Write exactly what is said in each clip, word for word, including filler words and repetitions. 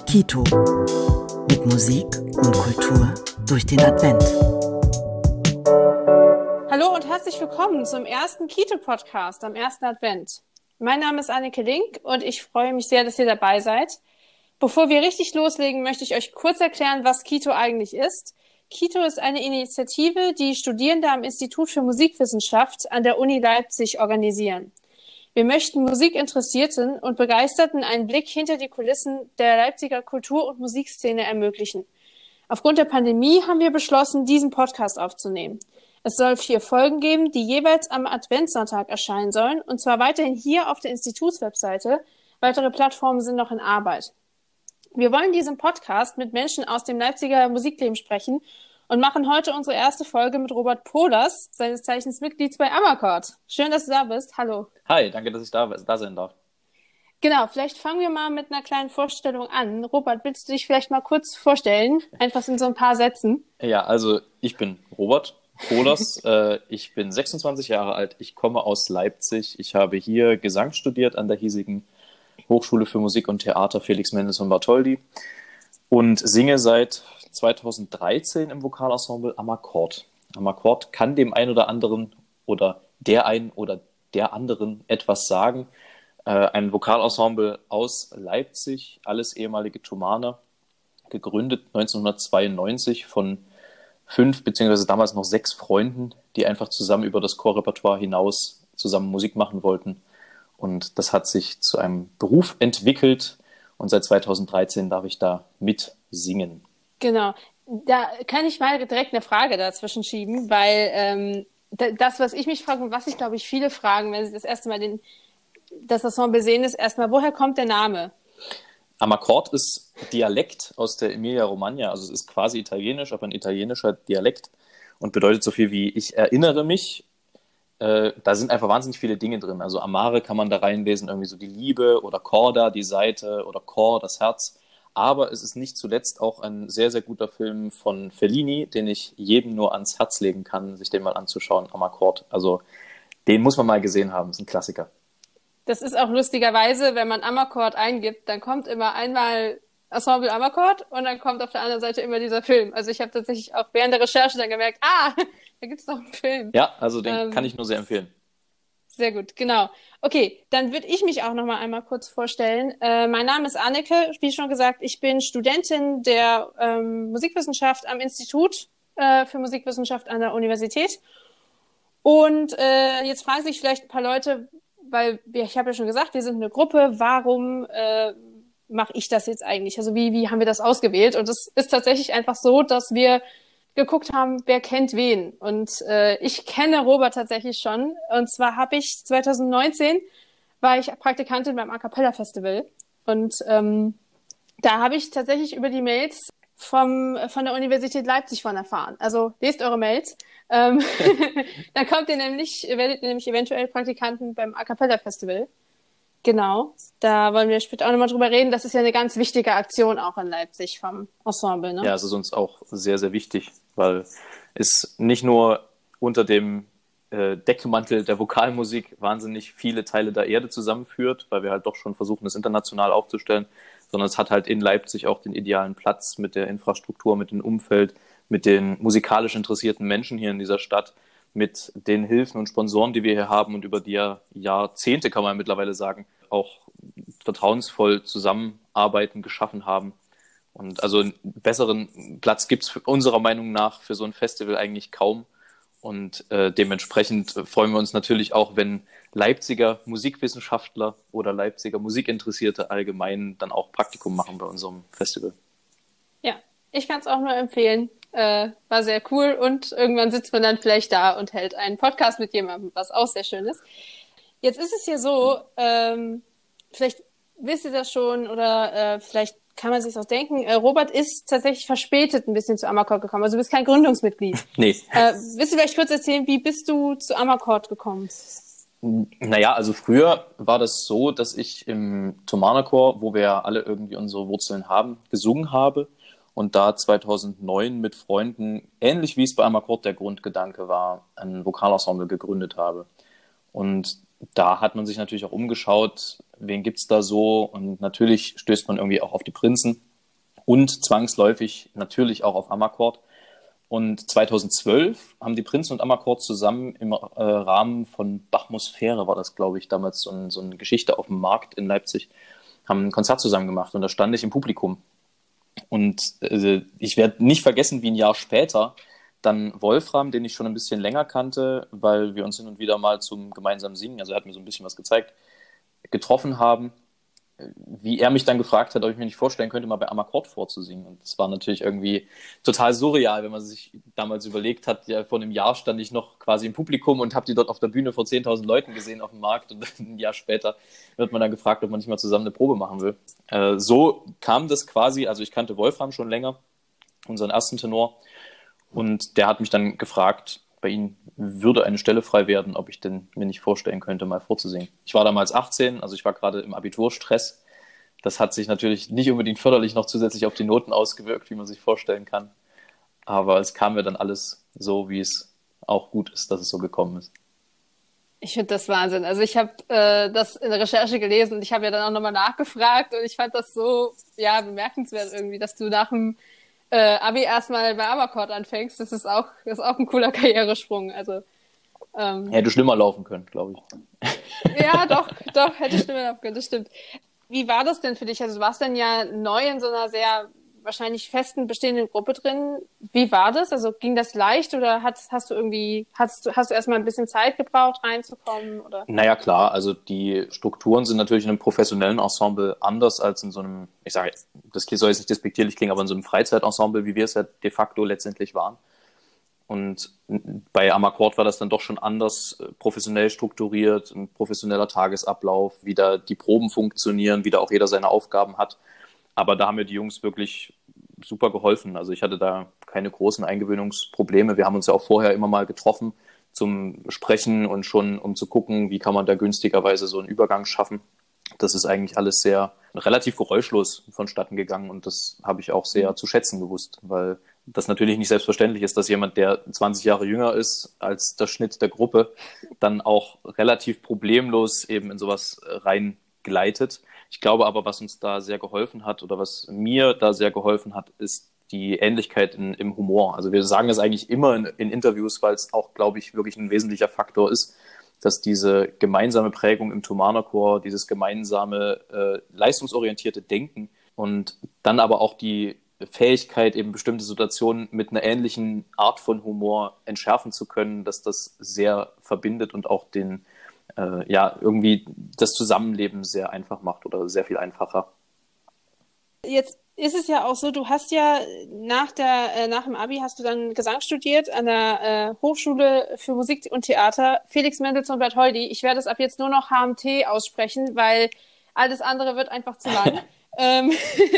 Kito mit Musik und Kultur durch den Advent. Hallo und herzlich willkommen zum ersten Kito-Podcast am ersten Advent. Mein Name ist Anneke Link und ich freue mich sehr, dass ihr dabei seid. Bevor wir richtig loslegen, möchte ich euch kurz erklären, was Kito eigentlich ist. Kito ist eine Initiative, die Studierende am Institut für Musikwissenschaft an der Uni Leipzig organisieren. Wir möchten Musikinteressierten und Begeisterten einen Blick hinter die Kulissen der Leipziger Kultur- und Musikszene ermöglichen. Aufgrund der Pandemie haben wir beschlossen, diesen Podcast aufzunehmen. Es soll vier Folgen geben, die jeweils am Adventssonntag erscheinen sollen, und zwar weiterhin hier auf der Institutswebseite. Weitere Plattformen sind noch in Arbeit. Wir wollen diesen Podcast mit Menschen aus dem Leipziger Musikleben sprechen und machen heute unsere erste Folge mit Robert Pohlers, seines Zeichens Mitglieds bei Amarcord. Schön, dass du da bist. Hallo. Hi, danke, dass ich da, da sein darf. Genau, vielleicht fangen wir mal mit einer kleinen Vorstellung an. Robert, willst du dich vielleicht mal kurz vorstellen? Einfach in so ein paar Sätzen. Ja, also ich bin Robert Pohlers. äh, ich bin sechsundzwanzig Jahre alt. Ich komme aus Leipzig. Ich habe hier Gesang studiert an der hiesigen Hochschule für Musik und Theater Felix Mendelssohn Bartholdy und singe seit zweitausenddreizehn im Vokalensemble Amarcord. Amarcord kann dem einen oder anderen oder der einen oder der anderen etwas sagen. Äh, ein Vokalensemble aus Leipzig, alles ehemalige Thomaner, gegründet neunzehnhundertzweiundneunzig von fünf beziehungsweise damals noch sechs Freunden, die einfach zusammen über das Chorrepertoire hinaus zusammen Musik machen wollten. Und das hat sich zu einem Beruf entwickelt und seit zweitausenddreizehn darf ich da mit singen. Genau. Da kann ich mal direkt eine Frage dazwischen schieben, weil ähm, das, was ich mich frage und was sich, glaube ich, viele fragen, wenn sie das erste Mal den, das Ensemble sehen, ist erstmal, woher kommt der Name? Amarcord ist Dialekt aus der Emilia-Romagna, also es ist quasi italienisch, aber ein italienischer Dialekt und bedeutet so viel wie ich erinnere mich. Äh, da sind einfach wahnsinnig viele Dinge drin. Also Amare kann man da reinlesen, irgendwie so die Liebe oder Corda, die Seite oder Cor, das Herz. Aber es ist nicht zuletzt auch ein sehr, sehr guter Film von Fellini, den ich jedem nur ans Herz legen kann, sich den mal anzuschauen, Amarcord. Also den muss man mal gesehen haben, ist ein Klassiker. Das ist auch lustigerweise, wenn man Amarcord eingibt, dann kommt immer einmal Ensemble Amarcord und dann kommt auf der anderen Seite immer dieser Film. Also ich habe tatsächlich auch während der Recherche dann gemerkt, ah, da gibt's noch einen Film. Ja, also den ähm, kann ich nur sehr empfehlen. Sehr gut, genau. Okay, dann würde ich mich auch noch mal einmal kurz vorstellen. Äh, mein Name ist Anneke, wie schon gesagt, ich bin Studentin der ähm, Musikwissenschaft am Institut äh, für Musikwissenschaft an der Universität. Und äh, jetzt fragen sich vielleicht ein paar Leute, weil wir, ich habe ja schon gesagt, wir sind eine Gruppe, warum äh, mache ich das jetzt eigentlich? Also wie, wie haben wir das ausgewählt? Und es ist tatsächlich einfach so, dass wir geguckt haben, wer kennt wen. Und äh, ich kenne Robert tatsächlich schon. Und zwar habe ich zweitausendneunzehn, war ich Praktikantin beim A Cappella Festival. Und ähm, da habe ich tatsächlich über die Mails vom, von der Universität Leipzig von erfahren. Also lest eure Mails. Ähm, dann kommt ihr nämlich, werdet ihr nämlich eventuell Praktikanten beim A Cappella Festival. Genau, da wollen wir später auch nochmal drüber reden. Das ist ja eine ganz wichtige Aktion auch in Leipzig vom Ensemble, ne? Ja, es ist uns auch sehr, sehr wichtig, weil es nicht nur unter dem äh, Deckmantel der Vokalmusik wahnsinnig viele Teile der Erde zusammenführt, weil wir halt doch schon versuchen, das international aufzustellen, sondern es hat halt in Leipzig auch den idealen Platz mit der Infrastruktur, mit dem Umfeld, mit den musikalisch interessierten Menschen hier in dieser Stadt, mit den Hilfen und Sponsoren, die wir hier haben und über die Jahr, Jahrzehnte, kann man mittlerweile sagen, auch vertrauensvoll zusammenarbeiten, geschaffen haben. Und also einen besseren Platz gibt es unserer Meinung nach für so ein Festival eigentlich kaum. Und äh, dementsprechend freuen wir uns natürlich auch, wenn Leipziger Musikwissenschaftler oder Leipziger Musikinteressierte allgemein dann auch Praktikum machen bei unserem Festival. Ja, ich kann es auch nur empfehlen. Äh, war sehr cool und irgendwann sitzt man dann vielleicht da und hält einen Podcast mit jemandem, was auch sehr schön ist. Jetzt ist es hier so, ähm, vielleicht wisst ihr das schon oder äh, vielleicht kann man sich auch denken, äh, Robert ist tatsächlich verspätet ein bisschen zu Amarcord gekommen. Also du bist kein Gründungsmitglied. Nee. Äh, willst du vielleicht kurz erzählen, wie bist du zu Amarcord gekommen? Naja, also früher war das so, dass ich im Thomanerchor, wo wir ja alle irgendwie unsere Wurzeln haben, gesungen habe. Und da zweitausendneun mit Freunden, ähnlich wie es bei Amarcord der Grundgedanke war, ein Vokalensemble gegründet habe. Und da hat man sich natürlich auch umgeschaut, wen gibt's da so? Und natürlich stößt man irgendwie auch auf die Prinzen. und zwangsläufig natürlich auch auf Amarcord. Und zweitausendzwölf haben die Prinzen und Amarcord zusammen im äh, Rahmen von Bachmosphäre, war das, glaube ich, damals so, ein, so eine Geschichte auf dem Markt in Leipzig, haben ein Konzert zusammen gemacht und da stand ich im Publikum. Und äh, ich werde nicht vergessen, wie ein Jahr später dann Wolfram, den ich schon ein bisschen länger kannte, weil wir uns hin und wieder mal zum gemeinsamen Singen, also er hat mir so ein bisschen was gezeigt, getroffen haben, wie er mich dann gefragt hat, ob ich mir nicht vorstellen könnte, mal bei Amarcord vorzusingen. Und das war natürlich irgendwie total surreal, wenn man sich damals überlegt hat, ja, vor einem Jahr stand ich noch quasi im Publikum und habe die dort auf der Bühne vor zehntausend Leuten gesehen auf dem Markt und ein Jahr später wird man dann gefragt, ob man nicht mal zusammen eine Probe machen will. Äh, so kam das quasi, also ich kannte Wolfram schon länger, unseren ersten Tenor, und der hat mich dann gefragt, bei ihm würde eine Stelle frei werden, ob ich denn mir nicht vorstellen könnte, mal vorzusingen. Ich war damals achtzehn, also ich war gerade im Abiturstress. Das hat sich natürlich nicht unbedingt förderlich noch zusätzlich auf die Noten ausgewirkt, wie man sich vorstellen kann. Aber es kam mir dann alles so, wie es auch gut ist, dass es so gekommen ist. Ich finde das Wahnsinn. Also ich habe äh, das in der Recherche gelesen und ich habe ja dann auch nochmal nachgefragt und ich fand das so ja bemerkenswert irgendwie, dass du nach dem Äh, Abi erstmal bei Amarcord anfängst, das ist auch, das ist auch ein cooler Karrieresprung. Also, ähm, hätte schlimmer laufen können, glaube ich. Ja, doch, doch, hätte schlimmer laufen können, das stimmt. Wie war das denn für dich? Also du warst dann ja neu in so einer sehr wahrscheinlich festen, bestehenden Gruppe drin. Wie war das? Also ging das leicht oder hast, hast du irgendwie, hast du, hast du erstmal ein bisschen Zeit gebraucht, reinzukommen? Oder? Naja, klar, also die Strukturen sind natürlich in einem professionellen Ensemble anders als in so einem, ich sage, das soll jetzt nicht despektierlich klingen, aber in so einem Freizeitensemble, wie wir es ja de facto letztendlich waren. Und bei Amarcord war das dann doch schon anders professionell strukturiert, ein professioneller Tagesablauf, wie da die Proben funktionieren, wie da auch jeder seine Aufgaben hat. Aber da haben mir die Jungs wirklich super geholfen. Also ich hatte da keine großen Eingewöhnungsprobleme. Wir haben uns ja auch vorher immer mal getroffen zum Sprechen und schon um zu gucken, wie kann man da günstigerweise so einen Übergang schaffen. Das ist eigentlich alles sehr relativ geräuschlos vonstatten gegangen und das habe ich auch sehr zu schätzen gewusst, weil das natürlich nicht selbstverständlich ist, dass jemand, der zwanzig Jahre jünger ist als der Schnitt der Gruppe, dann auch relativ problemlos eben in sowas reingleitet. Ich glaube aber, was uns da sehr geholfen hat oder was mir da sehr geholfen hat, ist die Ähnlichkeit in, im Humor. Also wir sagen das eigentlich immer in, in Interviews, weil es auch, glaube ich, wirklich ein wesentlicher Faktor ist, dass diese gemeinsame Prägung im Thomaner Chor, dieses gemeinsame äh, leistungsorientierte Denken und dann aber auch die Fähigkeit, eben bestimmte Situationen mit einer ähnlichen Art von Humor entschärfen zu können, dass das sehr verbindet und auch den äh, ja irgendwie das Zusammenleben sehr einfach macht oder sehr viel einfacher. Jetzt ist es ja auch so, du hast ja nach der äh, nach dem Abi hast du dann Gesang studiert an der äh, Hochschule für Musik und Theater Felix Mendelssohn Bartholdy. Ich werde es ab jetzt nur noch H M T aussprechen, weil alles andere wird einfach zu lang. ähm,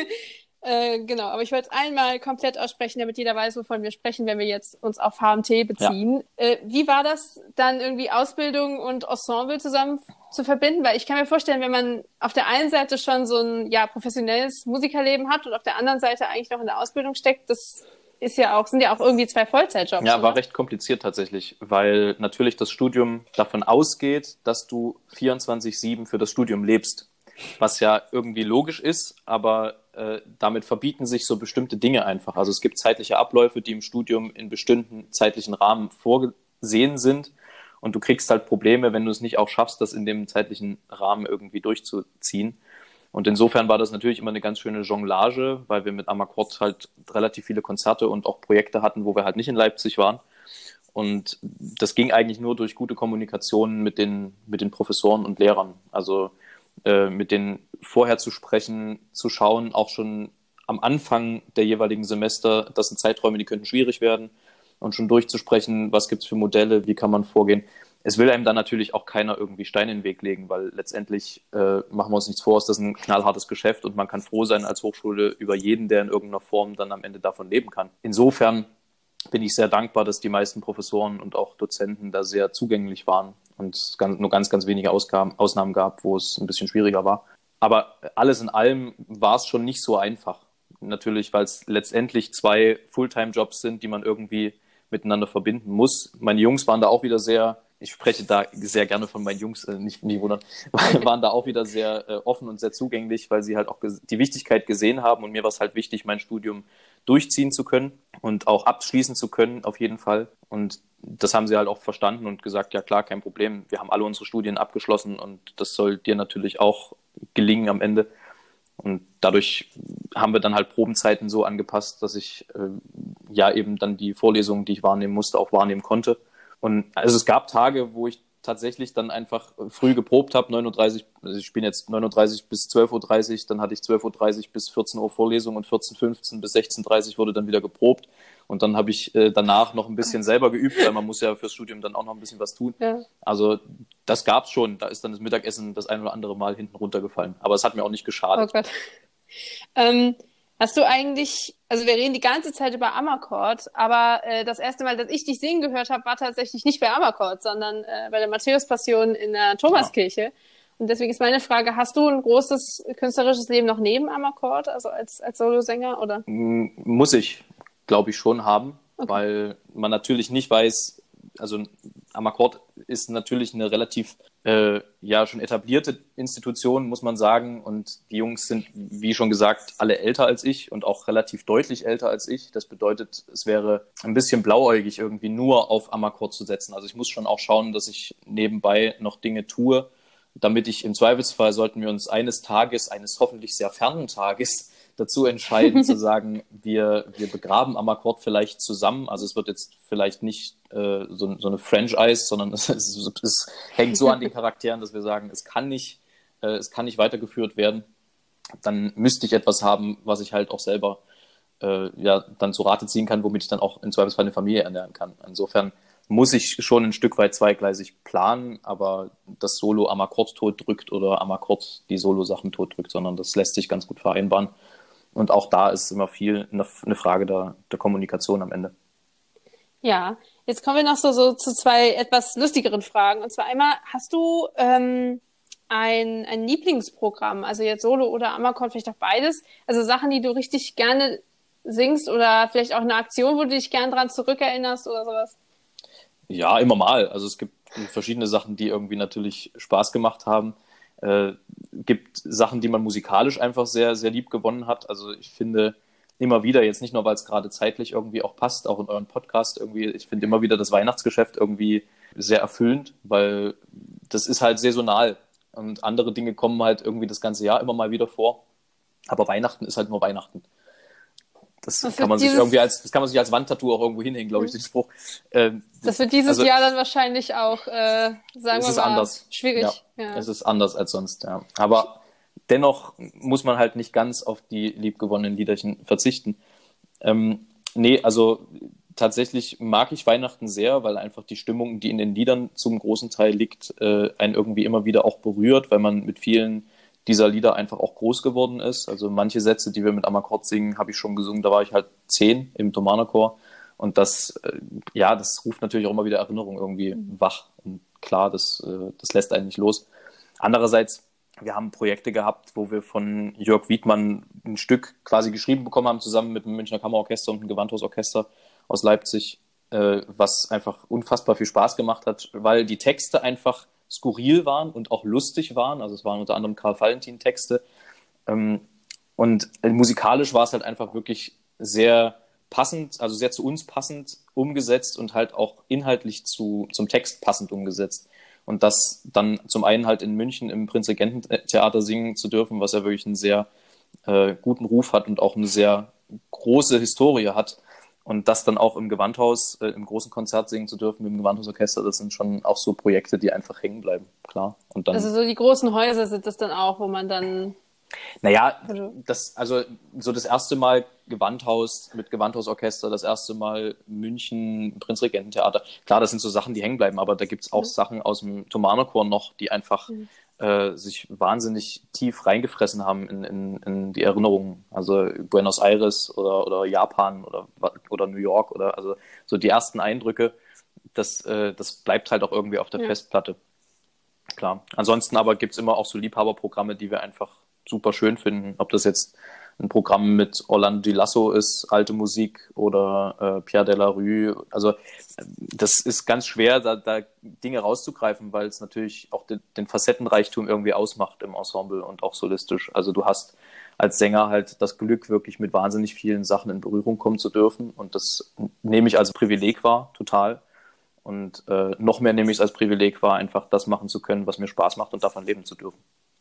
äh, genau, aber ich wollte es einmal komplett aussprechen, damit jeder weiß, wovon wir sprechen, wenn wir jetzt uns auf H M T beziehen. Ja. Äh, wie war das dann irgendwie Ausbildung und Ensemble zusammen zu verbinden? Weil ich kann mir vorstellen, wenn man auf der einen Seite schon so ein ja professionelles Musikerleben hat und auf der anderen Seite eigentlich noch in der Ausbildung steckt, das ist ja auch, sind ja auch irgendwie zwei Vollzeitjobs. Ja, oder? War recht kompliziert tatsächlich, weil natürlich das Studium davon ausgeht, dass du vierundzwanzig sieben für das Studium lebst, was ja irgendwie logisch ist, aber äh, damit verbieten sich so bestimmte Dinge einfach. Also es gibt zeitliche Abläufe, die im Studium in bestimmten zeitlichen Rahmen vorgesehen sind und du kriegst halt Probleme, wenn du es nicht auch schaffst, das in dem zeitlichen Rahmen irgendwie durchzuziehen. Und insofern war das natürlich immer eine ganz schöne Jonglage, weil wir mit Amarcord halt relativ viele Konzerte und auch Projekte hatten, wo wir halt nicht in Leipzig waren. Und das ging eigentlich nur durch gute Kommunikation mit den, mit den Professoren und Lehrern. Also äh, mit denen vorher zu sprechen, zu schauen, auch schon am Anfang der jeweiligen Semester, das sind Zeiträume, die könnten schwierig werden, und schon durchzusprechen, was gibt's für Modelle, wie kann man vorgehen. Es will einem dann natürlich auch keiner irgendwie Steine in den Weg legen, weil letztendlich äh, machen wir uns nichts vor, ist das ein knallhartes Geschäft und man kann froh sein als Hochschule über jeden, der in irgendeiner Form dann am Ende davon leben kann. Insofern bin ich sehr dankbar, dass die meisten Professoren und auch Dozenten da sehr zugänglich waren und es ganz, nur ganz, ganz wenige Ausgaben, Ausnahmen gab, wo es ein bisschen schwieriger war. Aber alles in allem war es schon nicht so einfach. Natürlich, weil es letztendlich zwei Fulltime-Jobs sind, die man irgendwie miteinander verbinden muss. Meine Jungs waren da auch wieder sehr ich spreche da sehr gerne von meinen Jungs, äh, nicht, nicht wundern, waren da auch wieder sehr äh, offen und sehr zugänglich, weil sie halt auch ges- die Wichtigkeit gesehen haben und mir war es halt wichtig, mein Studium durchziehen zu können und auch abschließen zu können, auf jeden Fall. Und das haben sie halt auch verstanden und gesagt, ja klar, kein Problem, wir haben alle unsere Studien abgeschlossen und das soll dir natürlich auch gelingen am Ende. Und dadurch haben wir dann halt Probenzeiten so angepasst, dass ich äh, ja eben dann die Vorlesungen, die ich wahrnehmen musste, auch wahrnehmen konnte. Und also es gab Tage, wo ich tatsächlich dann einfach früh geprobt habe, neun Uhr dreißig, also ich spiele jetzt neun Uhr dreißig bis zwölf Uhr dreißig, dann hatte ich zwölf Uhr dreißig bis vierzehn Uhr Vorlesung und vierzehn Uhr fünfzehn bis sechzehn Uhr dreißig wurde dann wieder geprobt. Und dann habe ich äh, danach noch ein bisschen selber geübt, weil man muss ja fürs Studium dann auch noch ein bisschen was tun. Ja. Also das gab's schon. Da ist dann das Mittagessen das ein oder andere Mal hinten runtergefallen. Aber es hat mir auch nicht Oh geschadet. Gott. Ähm, hast du eigentlich, also wir reden die ganze Zeit über Amarcord, aber äh, das erste Mal, dass ich dich singen gehört habe, war tatsächlich nicht bei Amarcord, sondern äh, bei der Matthäus-Passion in der Thomaskirche. Und deswegen ist meine Frage, hast du ein großes künstlerisches Leben noch neben Amarcord, also als, als Solosänger, oder? M- Muss ich, glaube ich, schon haben, Okay. weil man natürlich nicht weiß, also Amarcord ist natürlich eine relativ äh, ja schon etablierte Institution, muss man sagen. Und die Jungs sind, wie schon gesagt, alle älter als ich und auch relativ deutlich älter als ich. Das bedeutet, es wäre ein bisschen blauäugig, irgendwie nur auf Amarcord zu setzen. Also ich muss schon auch schauen, dass ich nebenbei noch Dinge tue, damit ich im Zweifelsfall, sollten wir uns eines Tages, eines hoffentlich sehr fernen Tages, dazu entscheiden, zu sagen, wir, wir begraben Amarcord vielleicht zusammen. Also es wird jetzt vielleicht nicht äh, so, so eine Franchise, sondern es, es, es hängt so an den Charakteren, dass wir sagen, es kann nicht, äh, es kann nicht weitergeführt werden. Dann müsste ich etwas haben, was ich halt auch selber äh, ja, dann zu Rate ziehen kann, womit ich dann auch im Zweifelsfall eine Familie ernähren kann. Insofern muss ich schon ein Stück weit zweigleisig planen, aber das Solo Amarcord tot drückt oder Amarcord die Solo-Sachen tot drückt, sondern das lässt sich ganz gut vereinbaren. Und auch da ist immer viel eine, eine Frage der, der Kommunikation am Ende. Ja, jetzt kommen wir noch so, so zu zwei etwas lustigeren Fragen. Und zwar einmal, hast du ähm, ein, ein Lieblingsprogramm, also jetzt Solo oder Amarcord, vielleicht auch beides? Also Sachen, die du richtig gerne singst oder vielleicht auch eine Aktion, wo du dich gern dran zurückerinnerst oder sowas? Ja, immer mal. Also es gibt verschiedene Sachen, die irgendwie natürlich Spaß gemacht haben. Äh, gibt Sachen, die man musikalisch einfach sehr, sehr lieb gewonnen hat. Also ich finde immer wieder, jetzt nicht nur, weil es gerade zeitlich irgendwie auch passt, auch in euren Podcast irgendwie, ich finde immer wieder das Weihnachtsgeschäft irgendwie sehr erfüllend, weil das ist halt saisonal und andere Dinge kommen halt irgendwie das ganze Jahr immer mal wieder vor. Aber Weihnachten ist halt nur Weihnachten. Das Das kann wird man sich dieses- irgendwie als, das kann man sich als Wandtattoo auch irgendwo hinhängen, glaube ich, den Spruch. Ähm, Das wird dieses also- Jahr dann wahrscheinlich auch, äh, sagen Es wir ist mal, anders. schwierig. Ja, Ja. es ist anders als sonst, ja. Aber dennoch muss man halt nicht ganz auf die liebgewonnenen Liederchen verzichten. Ähm, nee, also tatsächlich mag ich Weihnachten sehr, weil einfach die Stimmung, die in den Liedern zum großen Teil liegt, äh, einen irgendwie immer wieder auch berührt, weil man mit vielen dieser Lieder einfach auch groß geworden ist. Also manche Sätze, die wir mit Amarcord singen, habe ich schon gesungen, da war ich halt zehn im Thomanerchor. Und das, äh, ja, das ruft natürlich auch immer wieder Erinnerungen irgendwie wach. Und klar, das, äh, das lässt einen nicht los. Andererseits, wir haben Projekte gehabt, wo wir von Jörg Wiedmann ein Stück quasi geschrieben bekommen haben, zusammen mit dem Münchner Kammerorchester und dem Gewandhausorchester aus Leipzig, äh, was einfach unfassbar viel Spaß gemacht hat, weil die Texte einfach skurril waren und auch lustig waren. Also es waren unter anderem Karl Valentin-Texte. Ähm, und musikalisch war es halt einfach wirklich sehr passend, also sehr zu uns passend umgesetzt und halt auch inhaltlich zu, zum Text passend umgesetzt. Und das dann zum einen halt in München im Prinzregententheater singen zu dürfen, was ja wirklich einen sehr äh, guten Ruf hat und auch eine sehr große Historie hat. Und das dann auch im Gewandhaus, äh, im großen Konzert singen zu dürfen, mit dem Gewandhausorchester, das sind schon auch so Projekte, die einfach hängen bleiben, klar. Und dann, Also so die großen Häuser sind das dann auch, wo man dann... naja, Also- das, also so das erste Mal Gewandhaus mit Gewandhausorchester, das erste Mal München, Prinzregententheater. Klar, das sind so Sachen, die hängen bleiben, aber da gibt's auch Mhm. Sachen aus dem Thomanerchor noch, die einfach Mhm. äh, sich wahnsinnig tief reingefressen haben in, in, in die Erinnerungen. Also Buenos Aires oder, oder Japan oder, oder New York oder also so die ersten Eindrücke, das, äh, das bleibt halt auch irgendwie auf der Ja. Festplatte. Klar. Ansonsten aber gibt's immer auch so Liebhaberprogramme, die wir einfach super schön finden. Ob das jetzt ein Programm mit Orlando Di Lasso ist, alte Musik, oder äh, Pierre Delarue. Also das ist ganz schwer, da, da Dinge rauszugreifen, weil es natürlich auch den, den Facettenreichtum irgendwie ausmacht im Ensemble und auch solistisch. Also du hast als Sänger halt das Glück, wirklich mit wahnsinnig vielen Sachen in Berührung kommen zu dürfen. Und das nehme ich als Privileg wahr, total. Und äh, noch mehr nehme ich es als Privileg wahr, einfach das machen zu können, was mir Spaß macht und davon leben zu dürfen.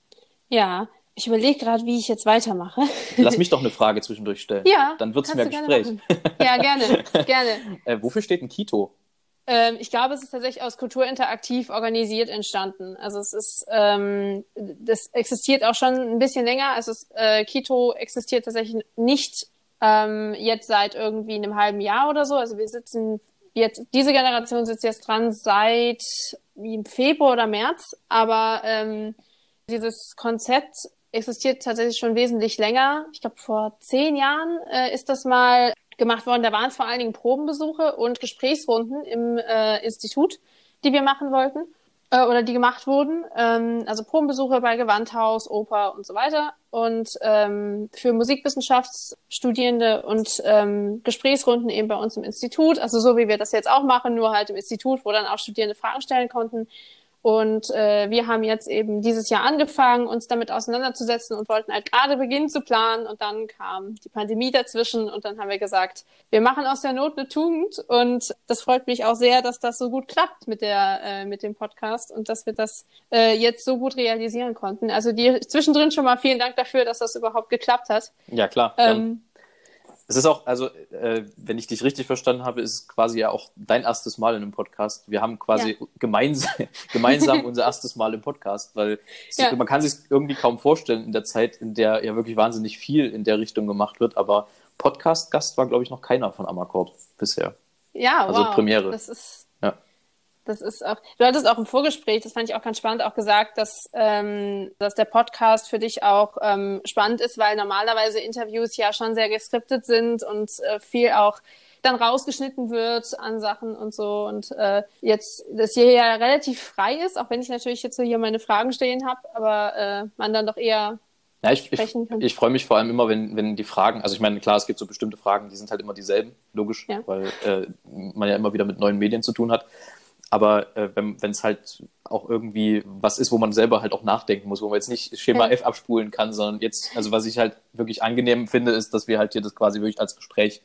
Ja, ich überlege gerade, wie ich jetzt weitermache. Lass mich doch eine Frage zwischendurch stellen. Ja, dann wird es kannst mehr du gerne Gespräch. machen. Ja, gerne, gerne. äh, wofür steht ein Kito? Ähm, ich glaube, es ist tatsächlich aus Kulturinteraktiv organisiert entstanden. Also es ist, ähm, das existiert auch schon ein bisschen länger. Also es, äh, Kito existiert tatsächlich nicht ähm, jetzt seit irgendwie einem halben Jahr oder so. Also wir sitzen jetzt, diese Generation sitzt jetzt dran seit wie im Februar oder März. Aber ähm, dieses Konzept existiert tatsächlich schon wesentlich länger. Ich glaube, vor zehn Jahren äh, ist das mal gemacht worden. Da waren es vor allen Dingen Probenbesuche und Gesprächsrunden im äh, Institut, die wir machen wollten äh, oder die gemacht wurden. Ähm, also Probenbesuche bei Gewandhaus, Oper und so weiter. Und ähm, für Musikwissenschaftsstudierende und ähm, Gesprächsrunden eben bei uns im Institut. Also so wie wir das jetzt auch machen, nur halt im Institut, wo dann auch Studierende Fragen stellen konnten. Und äh, wir haben jetzt eben dieses Jahr angefangen, uns damit auseinanderzusetzen und wollten halt gerade beginnen zu planen. Und dann kam die Pandemie dazwischen und dann haben wir gesagt, wir machen aus der Not eine Tugend. Und das freut mich auch sehr, dass das so gut klappt mit der äh, mit dem Podcast und dass wir das äh, jetzt so gut realisieren konnten. Also dir zwischendrin schon mal vielen Dank dafür, dass das überhaupt geklappt hat. Ja, klar. Ähm, Es ist auch, also, äh, wenn ich dich richtig verstanden habe, ist es quasi ja auch dein erstes Mal in einem Podcast. Wir haben quasi Ja. gemeinsam, gemeinsam unser erstes Mal im Podcast, weil es, Ja. man kann sich irgendwie kaum vorstellen in der Zeit, in der ja wirklich wahnsinnig viel in der Richtung gemacht wird. Aber Podcast-Gast war, glaube ich, noch keiner von Amakord bisher. Ja, Also wow. Premiere. Das ist, Ja. das ist auch, du hattest auch im Vorgespräch, das fand ich auch ganz spannend, auch gesagt, dass, ähm, dass der Podcast für dich auch ähm, spannend ist, weil normalerweise Interviews ja schon sehr geskriptet sind und äh, viel auch dann rausgeschnitten wird an Sachen und so. Und äh, jetzt, dass hier ja relativ frei ist, auch wenn ich natürlich jetzt so hier meine Fragen stehen habe, aber äh, man dann doch eher Ja, ich, ich, sprechen kann. ich freue mich vor allem immer, wenn, wenn die Fragen, also ich meine, klar, es gibt so bestimmte Fragen, die sind halt immer dieselben, logisch, Ja. weil äh, man ja immer wieder mit neuen Medien zu tun hat. Aber äh, wenn es halt auch irgendwie was ist, wo man selber halt auch nachdenken muss, wo man jetzt nicht Schema Ja. F abspulen kann, sondern jetzt, also was ich halt wirklich angenehm finde, ist, dass wir halt hier das quasi wirklich als Gespräch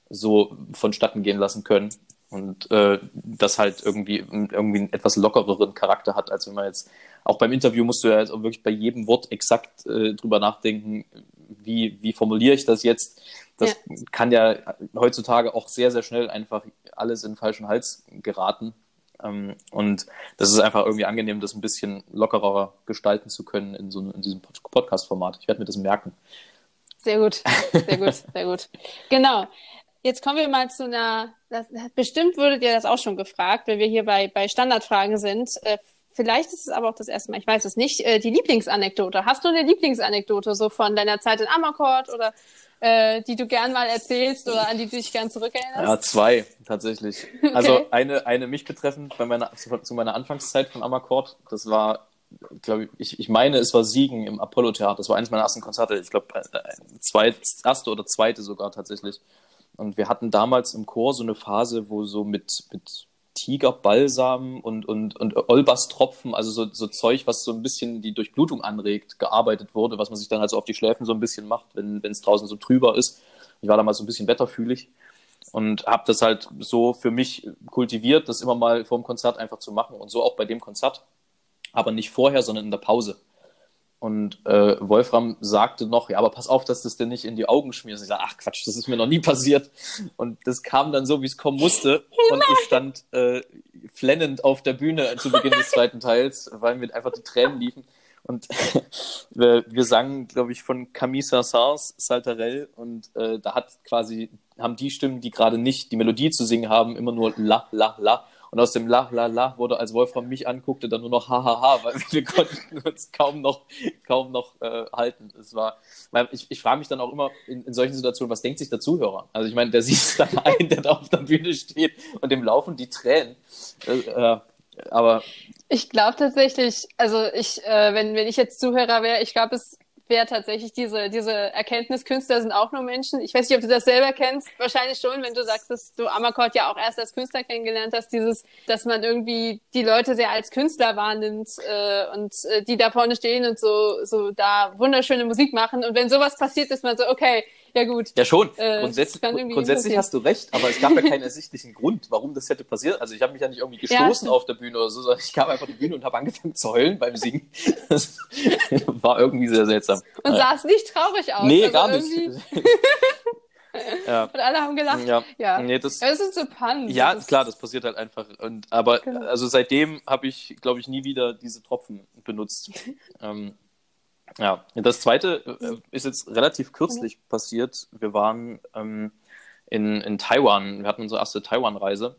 so vonstatten gehen lassen können und äh, das halt irgendwie, irgendwie einen etwas lockereren Charakter hat, als wenn man jetzt, auch beim Interview musst du ja jetzt auch wirklich bei jedem Wort exakt äh, drüber nachdenken, wie, wie formuliere ich das jetzt. Das Ja. kann ja heutzutage auch sehr, sehr schnell einfach alles in den falschen Hals geraten. Ähm, und das ist einfach irgendwie angenehm, das ein bisschen lockerer gestalten zu können in, so, in diesem Pod- Podcast-Format. Ich werde mir das merken. Sehr gut, sehr gut, sehr gut. Genau. Jetzt kommen wir mal zu einer, das, bestimmt wurdet ihr das auch schon gefragt, wenn wir hier bei, bei Standardfragen sind. Äh, vielleicht ist es aber auch das erste Mal, ich weiß es nicht, äh, die Lieblingsanekdote. Hast du eine Lieblingsanekdote so von deiner Zeit in Amakord oder äh, die du gern mal erzählst oder an die du dich gern zurückerinnerst? Ja, zwei tatsächlich. Okay. Also eine, eine mich betreffend bei meiner, zu meiner Anfangszeit von Amakord, das war, glaube ich, ich meine, es war Siegen im Apollo-Theater. Das war eines meiner ersten Konzerte. Ich glaube, zweit, erste oder zweite sogar tatsächlich. Und wir hatten damals im Chor so eine Phase, wo so mit, mit Tigerbalsam und, und, und Olbastropfen, also so, so Zeug, was so ein bisschen die Durchblutung anregt, gearbeitet wurde, was man sich dann also auf die Schläfen so ein bisschen macht, wenn es draußen so trüber ist. Ich war damals so ein bisschen wetterfühlig und habe das halt so für mich kultiviert, das immer mal vor dem Konzert einfach zu machen und so auch bei dem Konzert, aber nicht vorher, sondern in der Pause. Und äh, Wolfram sagte noch, ja, aber pass auf, dass du das denn nicht in die Augen schmierst. Ich sage, ach Quatsch, das ist mir noch nie passiert. Und das kam dann so, wie es kommen musste. Und ich stand äh, flennend auf der Bühne zu Beginn des zweiten Teils, weil mir einfach die Tränen liefen. Und wir, wir sangen, glaube ich, von Camille Saint-Saëns Saltarell. Und äh, da hat quasi, haben die Stimmen, die gerade nicht die Melodie zu singen haben, immer nur la, la, la. Und aus dem La, La, La wurde, als Wolfram mich anguckte, dann nur noch Ha, Ha, Ha, weil wir konnten uns kaum noch, kaum noch äh, halten. Es war, weil ich, ich frage mich dann auch immer in, in solchen Situationen, was denkt sich der Zuhörer? Also ich meine, der sieht es dann ein, der da auf der Bühne steht und dem laufen die Tränen. Äh, äh, aber Ich glaube tatsächlich, also ich, äh, wenn, wenn ich jetzt Zuhörer wäre, ich glaube, es wer tatsächlich diese, diese Erkenntnis, Künstler sind auch nur Menschen. Ich weiß nicht, ob du das selber kennst. Wahrscheinlich schon, wenn du sagst, dass du Amakord ja auch erst als Künstler kennengelernt hast, dieses, dass man irgendwie die Leute sehr als Künstler wahrnimmt äh, und äh, die da vorne stehen und so, so da wunderschöne Musik machen. Und wenn sowas passiert, ist man so, okay, ja gut. Ja schon, äh, grundsätzlich, grundsätzlich hast du recht, aber es gab ja keinen ersichtlichen Grund, warum das hätte passiert. Also ich habe mich ja nicht irgendwie gestoßen ja, auf der Bühne oder so, sondern ich kam einfach auf die Bühne und habe angefangen zu heulen beim Singen. Das war irgendwie sehr seltsam. Und ja. sah's nicht traurig aus. Nee, also gar nicht. Ja. Und alle haben gelacht. Ja, ja. Nee, das, ja, das sind so Pannen. Ja, das klar, das passiert halt einfach. Und, aber genau. also seitdem habe ich, glaube ich, nie wieder diese Tropfen benutzt. ähm, ja, das Zweite äh, ist jetzt relativ kürzlich mhm. passiert. Wir waren ähm, in, in Taiwan. Wir hatten unsere erste Taiwan-Reise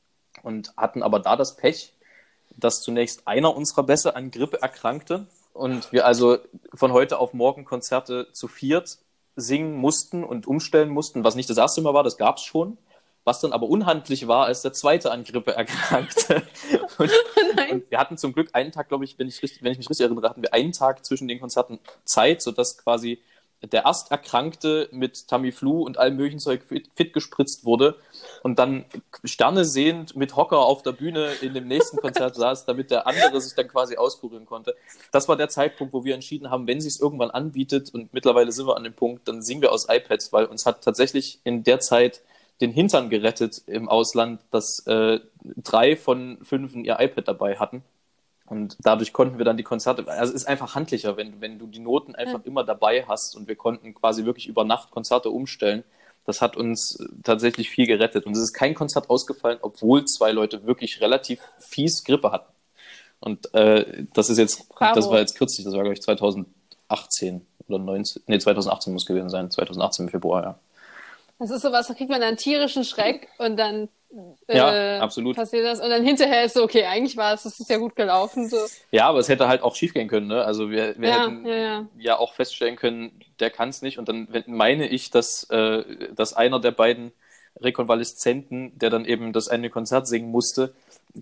und hatten aber da das Pech, dass zunächst einer unserer Bässe an Grippe erkrankte und wir also von heute auf morgen Konzerte zu viert singen mussten und umstellen mussten, was nicht das erste Mal war, das gab es schon, was dann aber unhandlich war, als der Zweite an Grippe erkrankte. Und, und wir hatten zum Glück einen Tag, glaube ich, wenn ich, richtig, wenn ich mich richtig erinnere, hatten wir einen Tag zwischen den Konzerten Zeit, sodass quasi der Ersterkrankte mit Tamiflu und allem möglichen Zeug fit, fit gespritzt wurde und dann Sterne sehend mit Hocker auf der Bühne in dem nächsten Konzert saß, damit der andere sich dann quasi auskurieren konnte. Das war der Zeitpunkt, wo wir entschieden haben, wenn sich es irgendwann anbietet, und mittlerweile sind wir an dem Punkt, dann singen wir aus iPads, weil uns hat tatsächlich in der Zeit den Hintern gerettet im Ausland, dass äh, drei von fünf ihr iPad dabei hatten. Und dadurch konnten wir dann die Konzerte, also es ist einfach handlicher, wenn, wenn du die Noten einfach ja. immer dabei hast, und wir konnten quasi wirklich über Nacht Konzerte umstellen. Das hat uns tatsächlich viel gerettet. Und es ist kein Konzert ausgefallen, obwohl zwei Leute wirklich relativ fies Grippe hatten. Und äh, das ist jetzt, Bravo. das war jetzt kürzlich, das war glaube ich zweitausendachtzehn oder neunzehn, nee zweitausendachtzehn muss gewesen sein, zweitausendachtzehn im Februar, ja. Das ist sowas, da kriegt man einen tierischen Schreck und dann äh, ja, absolut. passiert das. Und dann hinterher ist so, okay, eigentlich war es, das ist ja gut gelaufen. So. Ja, aber es hätte halt auch schief gehen können, ne? Also wir, wir ja, hätten ja, ja. ja auch feststellen können, der kann es nicht. Und dann meine ich, dass, äh, dass einer der beiden Rekonvaleszenten, der dann eben das eine Konzert singen musste,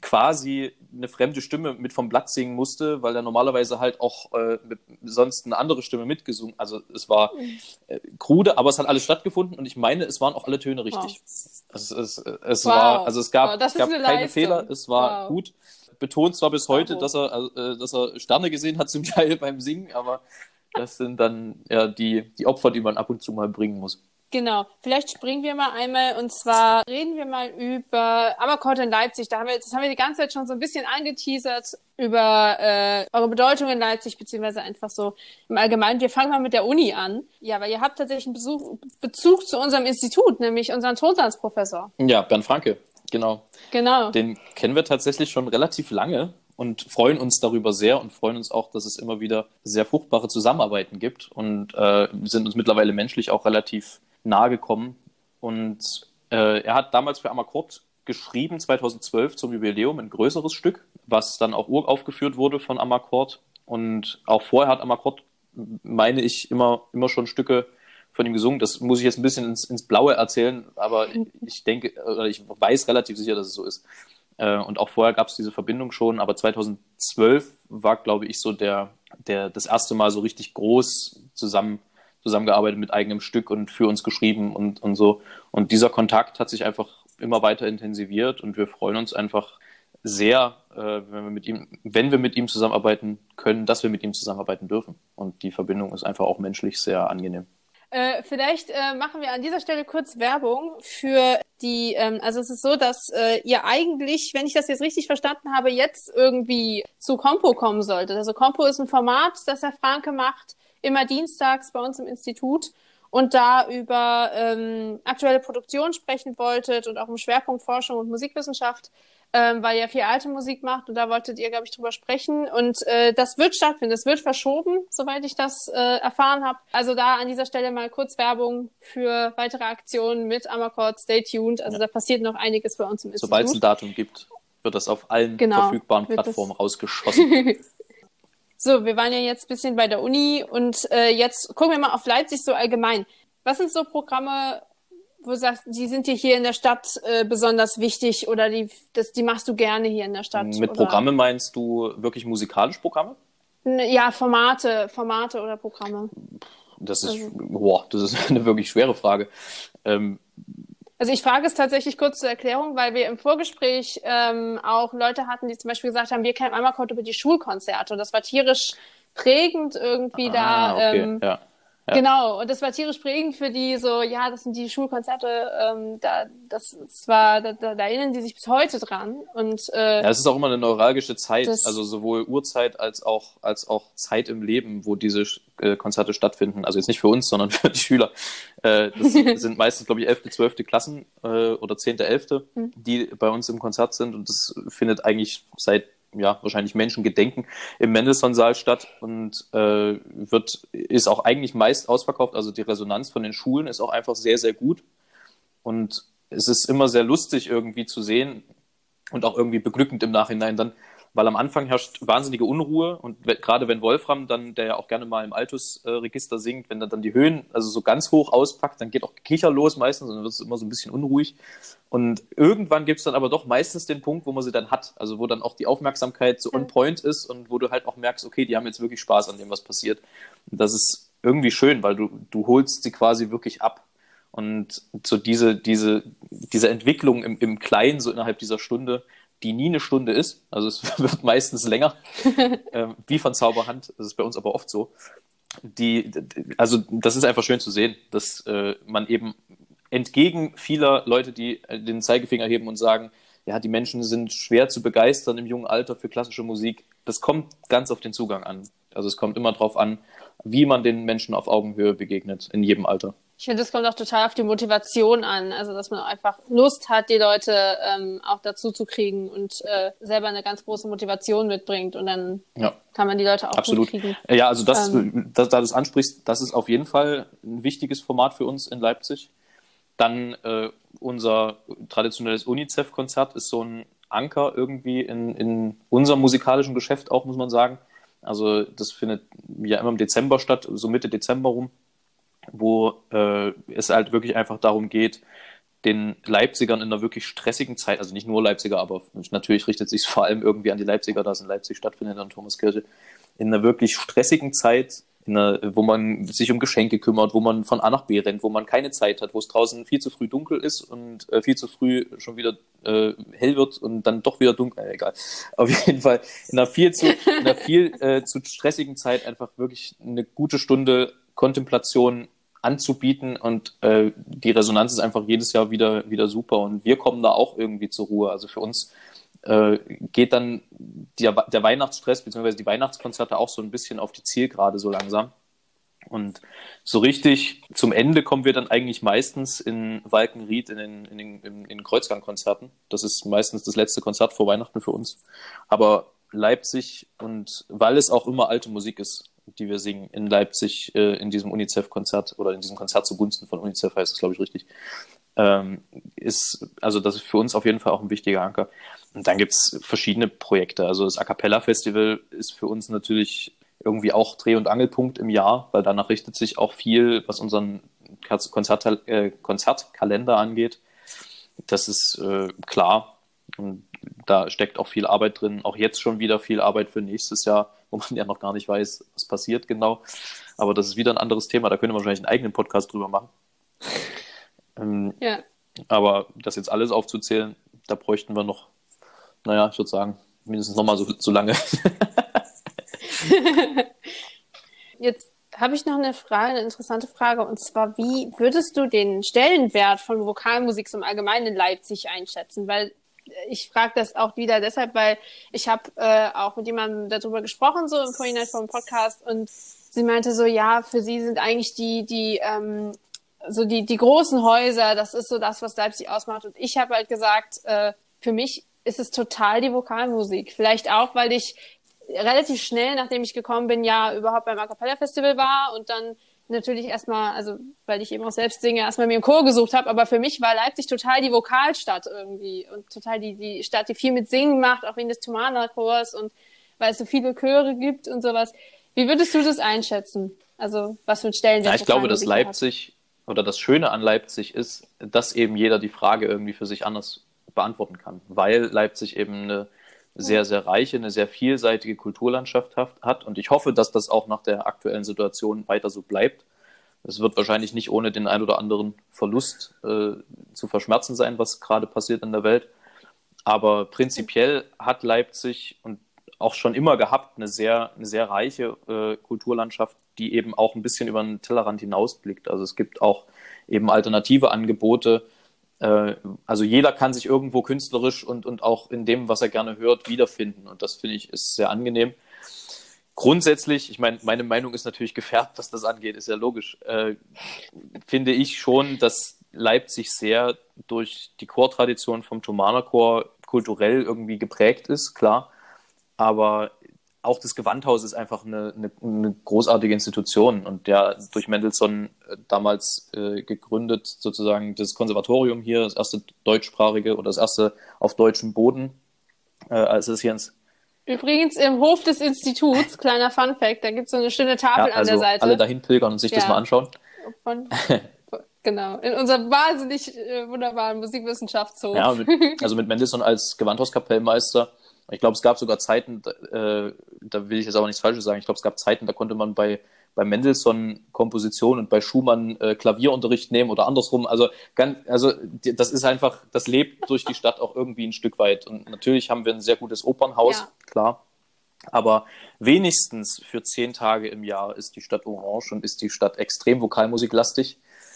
quasi eine fremde Stimme mit vom Blatt singen musste, weil er normalerweise halt auch äh, mit, sonst eine andere Stimme mitgesungen. Also es war äh, krude, aber es hat alles stattgefunden und ich meine, es waren auch alle Töne richtig. Wow. Es, es, es wow. war, also es gab, wow, es gab keine Leistung. Fehler, es war wow. gut. Betont zwar bis heute, wow. dass er, äh, dass er Sterne gesehen hat zum Teil beim Singen, aber das sind dann ja die, die Opfer, die man ab und zu mal bringen muss. Genau, vielleicht springen wir mal einmal und zwar reden wir mal über Amakord in Leipzig. Da haben wir, das haben wir die ganze Zeit schon so ein bisschen angeteasert über äh, eure Bedeutung in Leipzig, beziehungsweise einfach so im Allgemeinen. Wir fangen mal mit der Uni an. Ja, weil ihr habt tatsächlich einen Besuch, Bezug zu unserem Institut, nämlich unseren Tonsatzprofessor. Ja, Bernd Franke, genau. Genau. Den kennen wir tatsächlich schon relativ lange und freuen uns darüber sehr und freuen uns auch, dass es immer wieder sehr fruchtbare Zusammenarbeiten gibt und äh, sind uns mittlerweile menschlich auch relativ nahe gekommen. Und äh, er hat damals für Amakord geschrieben, zweitausendzwölf zum Jubiläum, ein größeres Stück, was dann auch uraufgeführt wurde von Amakord. Und auch vorher hat Amakord, meine ich, immer, immer schon Stücke von ihm gesungen. Das muss ich jetzt ein bisschen ins, ins Blaue erzählen, aber ich denke, oder ich weiß relativ sicher, dass es so ist. Äh, und auch vorher gab es diese Verbindung schon, aber zweitausendzwölf war, glaube ich, so der, der das erste Mal so richtig groß zusammen zusammengearbeitet mit eigenem Stück und für uns geschrieben und, und so. Und dieser Kontakt hat sich einfach immer weiter intensiviert und wir freuen uns einfach sehr, äh, wenn wir mit ihm, wenn wir mit ihm zusammenarbeiten können, dass wir mit ihm zusammenarbeiten dürfen. Und die Verbindung ist einfach auch menschlich sehr angenehm. Äh, vielleicht äh, machen wir an dieser Stelle kurz Werbung für die, ähm, also es ist so, dass äh, ihr eigentlich, wenn ich das jetzt richtig verstanden habe, jetzt irgendwie zu Compo kommen solltet. Also Compo ist ein Format, das Herr Franke macht, immer dienstags bei uns im Institut und da über ähm, aktuelle Produktion sprechen wolltet und auch um Schwerpunkt Forschung und Musikwissenschaft, ähm, weil ihr viel alte Musik macht und da wolltet ihr, glaube ich, drüber sprechen und äh, das wird stattfinden, das wird verschoben, soweit ich das äh, erfahren habe. Also da an dieser Stelle mal kurz Werbung für weitere Aktionen mit Amakord, stay tuned, also ja. Da passiert noch einiges bei uns im Institut. Sobald es ein Datum gibt, wird das auf allen genau, verfügbaren Plattformen rausgeschossen. So, wir waren ja jetzt ein bisschen bei der Uni und äh, jetzt gucken wir mal auf Leipzig so allgemein. Was sind so Programme, wo du sagst, die sind dir hier in der Stadt äh, besonders wichtig oder die, das, die machst du gerne hier in der Stadt? Mit oder? Programme meinst du wirklich musikalische Programme? Ja, Formate, Formate oder Programme. Das ist, Also, boah, das ist eine wirklich schwere Frage. Ähm, also ich frage es tatsächlich kurz zur Erklärung, weil wir im Vorgespräch ähm, auch Leute hatten, die zum Beispiel gesagt haben, wir kennen einmal kurz über die Schulkonzerte. Und das war tierisch prägend irgendwie da. ah, okay, Ähm, ja. Ja. Genau, und das war tierisch prägend für die, so, ja, das sind die Schulkonzerte, ähm, da, das, das war, da, da, da erinnern die sich bis heute dran. Und äh, Ja, es ist auch immer eine neuralgische Zeit, das, also sowohl Uhrzeit als auch, als auch Zeit im Leben, wo diese äh, Konzerte stattfinden. Also jetzt nicht für uns, sondern für die Schüler. Äh, das sind meistens, glaube ich, elfte, zwölfte Klassen äh, oder zehnte, elfte, die bei uns im Konzert sind. Und das findet eigentlich seit, ja, wahrscheinlich Menschengedenken im Mendelssohn-Saal statt und äh, wird, ist auch eigentlich meist ausverkauft. Also die Resonanz von den Schulen ist auch einfach sehr, sehr gut. Und es ist immer sehr lustig irgendwie zu sehen, und auch irgendwie beglückend im Nachhinein dann, weil am Anfang herrscht wahnsinnige Unruhe und we- gerade wenn Wolfram dann, der ja auch gerne mal im Altus-Register singt, wenn er dann die Höhen also so ganz hoch auspackt, dann geht auch Kicher los meistens und dann wird es immer so ein bisschen unruhig und irgendwann gibt es dann aber doch meistens den Punkt, wo man sie dann hat, also wo dann auch die Aufmerksamkeit so on point ist und wo du halt auch merkst, okay, die haben jetzt wirklich Spaß an dem, was passiert. Und das ist irgendwie schön, weil du, du holst sie quasi wirklich ab. Und so diese, diese, diese Entwicklung im, im Kleinen, so innerhalb dieser Stunde, die nie eine Stunde ist, also es wird meistens länger, äh, wie von Zauberhand, das ist bei uns aber oft so. Die, also das ist einfach schön zu sehen, dass äh, man eben entgegen vieler Leute, die den Zeigefinger heben und sagen, ja, die Menschen sind schwer zu begeistern im jungen Alter für klassische Musik, das kommt ganz auf den Zugang an. Also es kommt immer darauf an, wie man den Menschen auf Augenhöhe begegnet, in jedem Alter. ich finde, es kommt auch total auf die Motivation an. Also, dass man auch einfach Lust hat, die Leute ähm, auch dazu zu kriegen und äh, selber eine ganz große Motivation mitbringt. Und dann Ja. kann man die Leute auch Absolut. gut kriegen. Ja, also das, Ähm, da, da du das ansprichst, das ist auf jeden Fall ein wichtiges Format für uns in Leipzig. Dann äh, unser traditionelles UNICEF-Konzert ist so ein Anker irgendwie in, in unserem musikalischen Geschäft auch, muss man sagen. Also das findet ja immer im Dezember statt, so Mitte Dezember rum, wo äh, es halt wirklich einfach darum geht, den Leipzigern in einer wirklich stressigen Zeit, also nicht nur Leipziger, aber natürlich richtet sich es vor allem irgendwie an die Leipziger, da es in Leipzig stattfindet, an der Thomaskirche, in einer wirklich stressigen Zeit, in einer, wo man sich um Geschenke kümmert, wo man von A nach B rennt, wo man keine Zeit hat, wo es draußen viel zu früh dunkel ist und äh, viel zu früh schon wieder äh, hell wird und dann doch wieder dunkel, äh, egal. Auf jeden Fall in einer viel zu, in einer viel äh, zu stressigen Zeit einfach wirklich eine gute Stunde Kontemplation anzubieten und äh, die Resonanz ist einfach jedes Jahr wieder, wieder super und wir kommen da auch irgendwie zur Ruhe. Also für uns äh, geht dann der, der Weihnachtsstress bzw. die Weihnachtskonzerte auch so ein bisschen auf die Zielgerade so langsam. Und so richtig zum Ende kommen wir dann eigentlich meistens in Walkenried in den, in den, in den Kreuzgang-Konzerten. Das ist meistens das letzte Konzert vor Weihnachten für uns. Aber Leipzig und weil es auch immer alte Musik ist, die wir singen in Leipzig äh, in diesem UNICEF-Konzert oder in diesem Konzert zugunsten von UNICEF heißt es, glaube ich, richtig, ähm, ist, also das ist für uns auf jeden Fall auch ein wichtiger Anker. Und dann gibt es verschiedene Projekte. Also das A Cappella Festival ist für uns natürlich irgendwie auch Dreh- und Angelpunkt im Jahr, weil danach richtet sich auch viel, was unseren Konzert, äh, Konzertkalender angeht. Das ist äh, klar. Und da steckt auch viel Arbeit drin. Auch jetzt schon wieder viel Arbeit für nächstes Jahr, wo man ja noch gar nicht weiß, was passiert genau. Aber das ist wieder ein anderes Thema. Da können wir wahrscheinlich einen eigenen Podcast drüber machen. Ähm, ja. Aber das jetzt alles aufzuzählen, da bräuchten wir noch, naja, ich würde sagen, mindestens nochmal so, so lange. Jetzt habe ich noch eine Frage, eine interessante Frage, und zwar, wie würdest du den Stellenwert von Vokalmusik so im Allgemeinen in Leipzig einschätzen? Weil ich frage das auch wieder deshalb, weil ich habe äh, auch mit jemandem darüber gesprochen, so im Vorhinein vom Podcast, und sie meinte so, ja, für sie sind eigentlich die, die, ähm, so die, die großen Häuser, das ist so das, was Leipzig ausmacht. Und ich habe halt gesagt, äh, für mich ist es total die Vokalmusik. Vielleicht auch, weil ich relativ schnell, nachdem ich gekommen bin, ja überhaupt beim A Cappella Festival war und dann natürlich erstmal, also weil ich eben auch selbst singe, erstmal mir einen Chor gesucht habe, aber für mich war Leipzig total die Vokalstadt irgendwie und total die, die Stadt, die viel mit Singen macht, auch wegen des Thumana-Chors und weil es so viele Chöre gibt und sowas. Wie würdest du das einschätzen? Also was für einen Stellenwert Ja, ich glaube, dass Vokalmusik Leipzig oder das Schöne an Leipzig ist, dass eben jeder die Frage irgendwie für sich anders beantworten kann, weil Leipzig eben eine sehr, sehr reiche, eine sehr vielseitige Kulturlandschaft hat. Und ich hoffe, dass das auch nach der aktuellen Situation weiter so bleibt. Es wird wahrscheinlich nicht ohne den ein oder anderen Verlust äh, zu verschmerzen sein, was gerade passiert in der Welt. Aber prinzipiell hat Leipzig und auch schon immer gehabt eine sehr, eine sehr reiche äh, Kulturlandschaft, die eben auch ein bisschen über den Tellerrand hinausblickt. Also es gibt auch eben alternative Angebote. Äh, also jeder kann sich irgendwo künstlerisch und, und auch in dem, was er gerne hört, wiederfinden. Und das finde ich ist sehr angenehm. Grundsätzlich, ich meine, meine Meinung ist natürlich gefärbt, was das angeht, ist ja logisch, äh, finde ich schon, dass Leipzig sehr durch die Chortradition vom Thomaner Chor kulturell irgendwie geprägt ist, klar. Aber auch das Gewandhaus ist einfach eine, eine, eine großartige Institution und ja, durch Mendelssohn äh, damals äh, gegründet, sozusagen das Konservatorium hier, das erste deutschsprachige oder das erste auf deutschem Boden, äh, als es hier ins Übrigens im Hof des Instituts, kleiner Funfact, da gibt es so eine schöne Tafel ja, also an der Seite. alle dahin pilgern und sich ja. das mal anschauen. Von, genau, in unserem wahnsinnig äh, wunderbaren Musikwissenschaftshof. Ja, mit, also mit Mendelssohn als Gewandhauskapellmeister. Ich glaube, es gab sogar Zeiten, äh, da will ich jetzt aber nichts Falsches sagen, ich glaube, es gab Zeiten, da konnte man bei, bei Mendelssohn Komposition und bei Schumann äh, Klavierunterricht nehmen oder andersrum. Also, ganz, also das ist einfach, das lebt durch die Stadt auch irgendwie ein Stück weit. Und natürlich haben wir ein sehr gutes Opernhaus, ja. klar. Aber wenigstens für zehn Tage im Jahr ist die Stadt orange und ist die Stadt extrem vokalmusiklastig.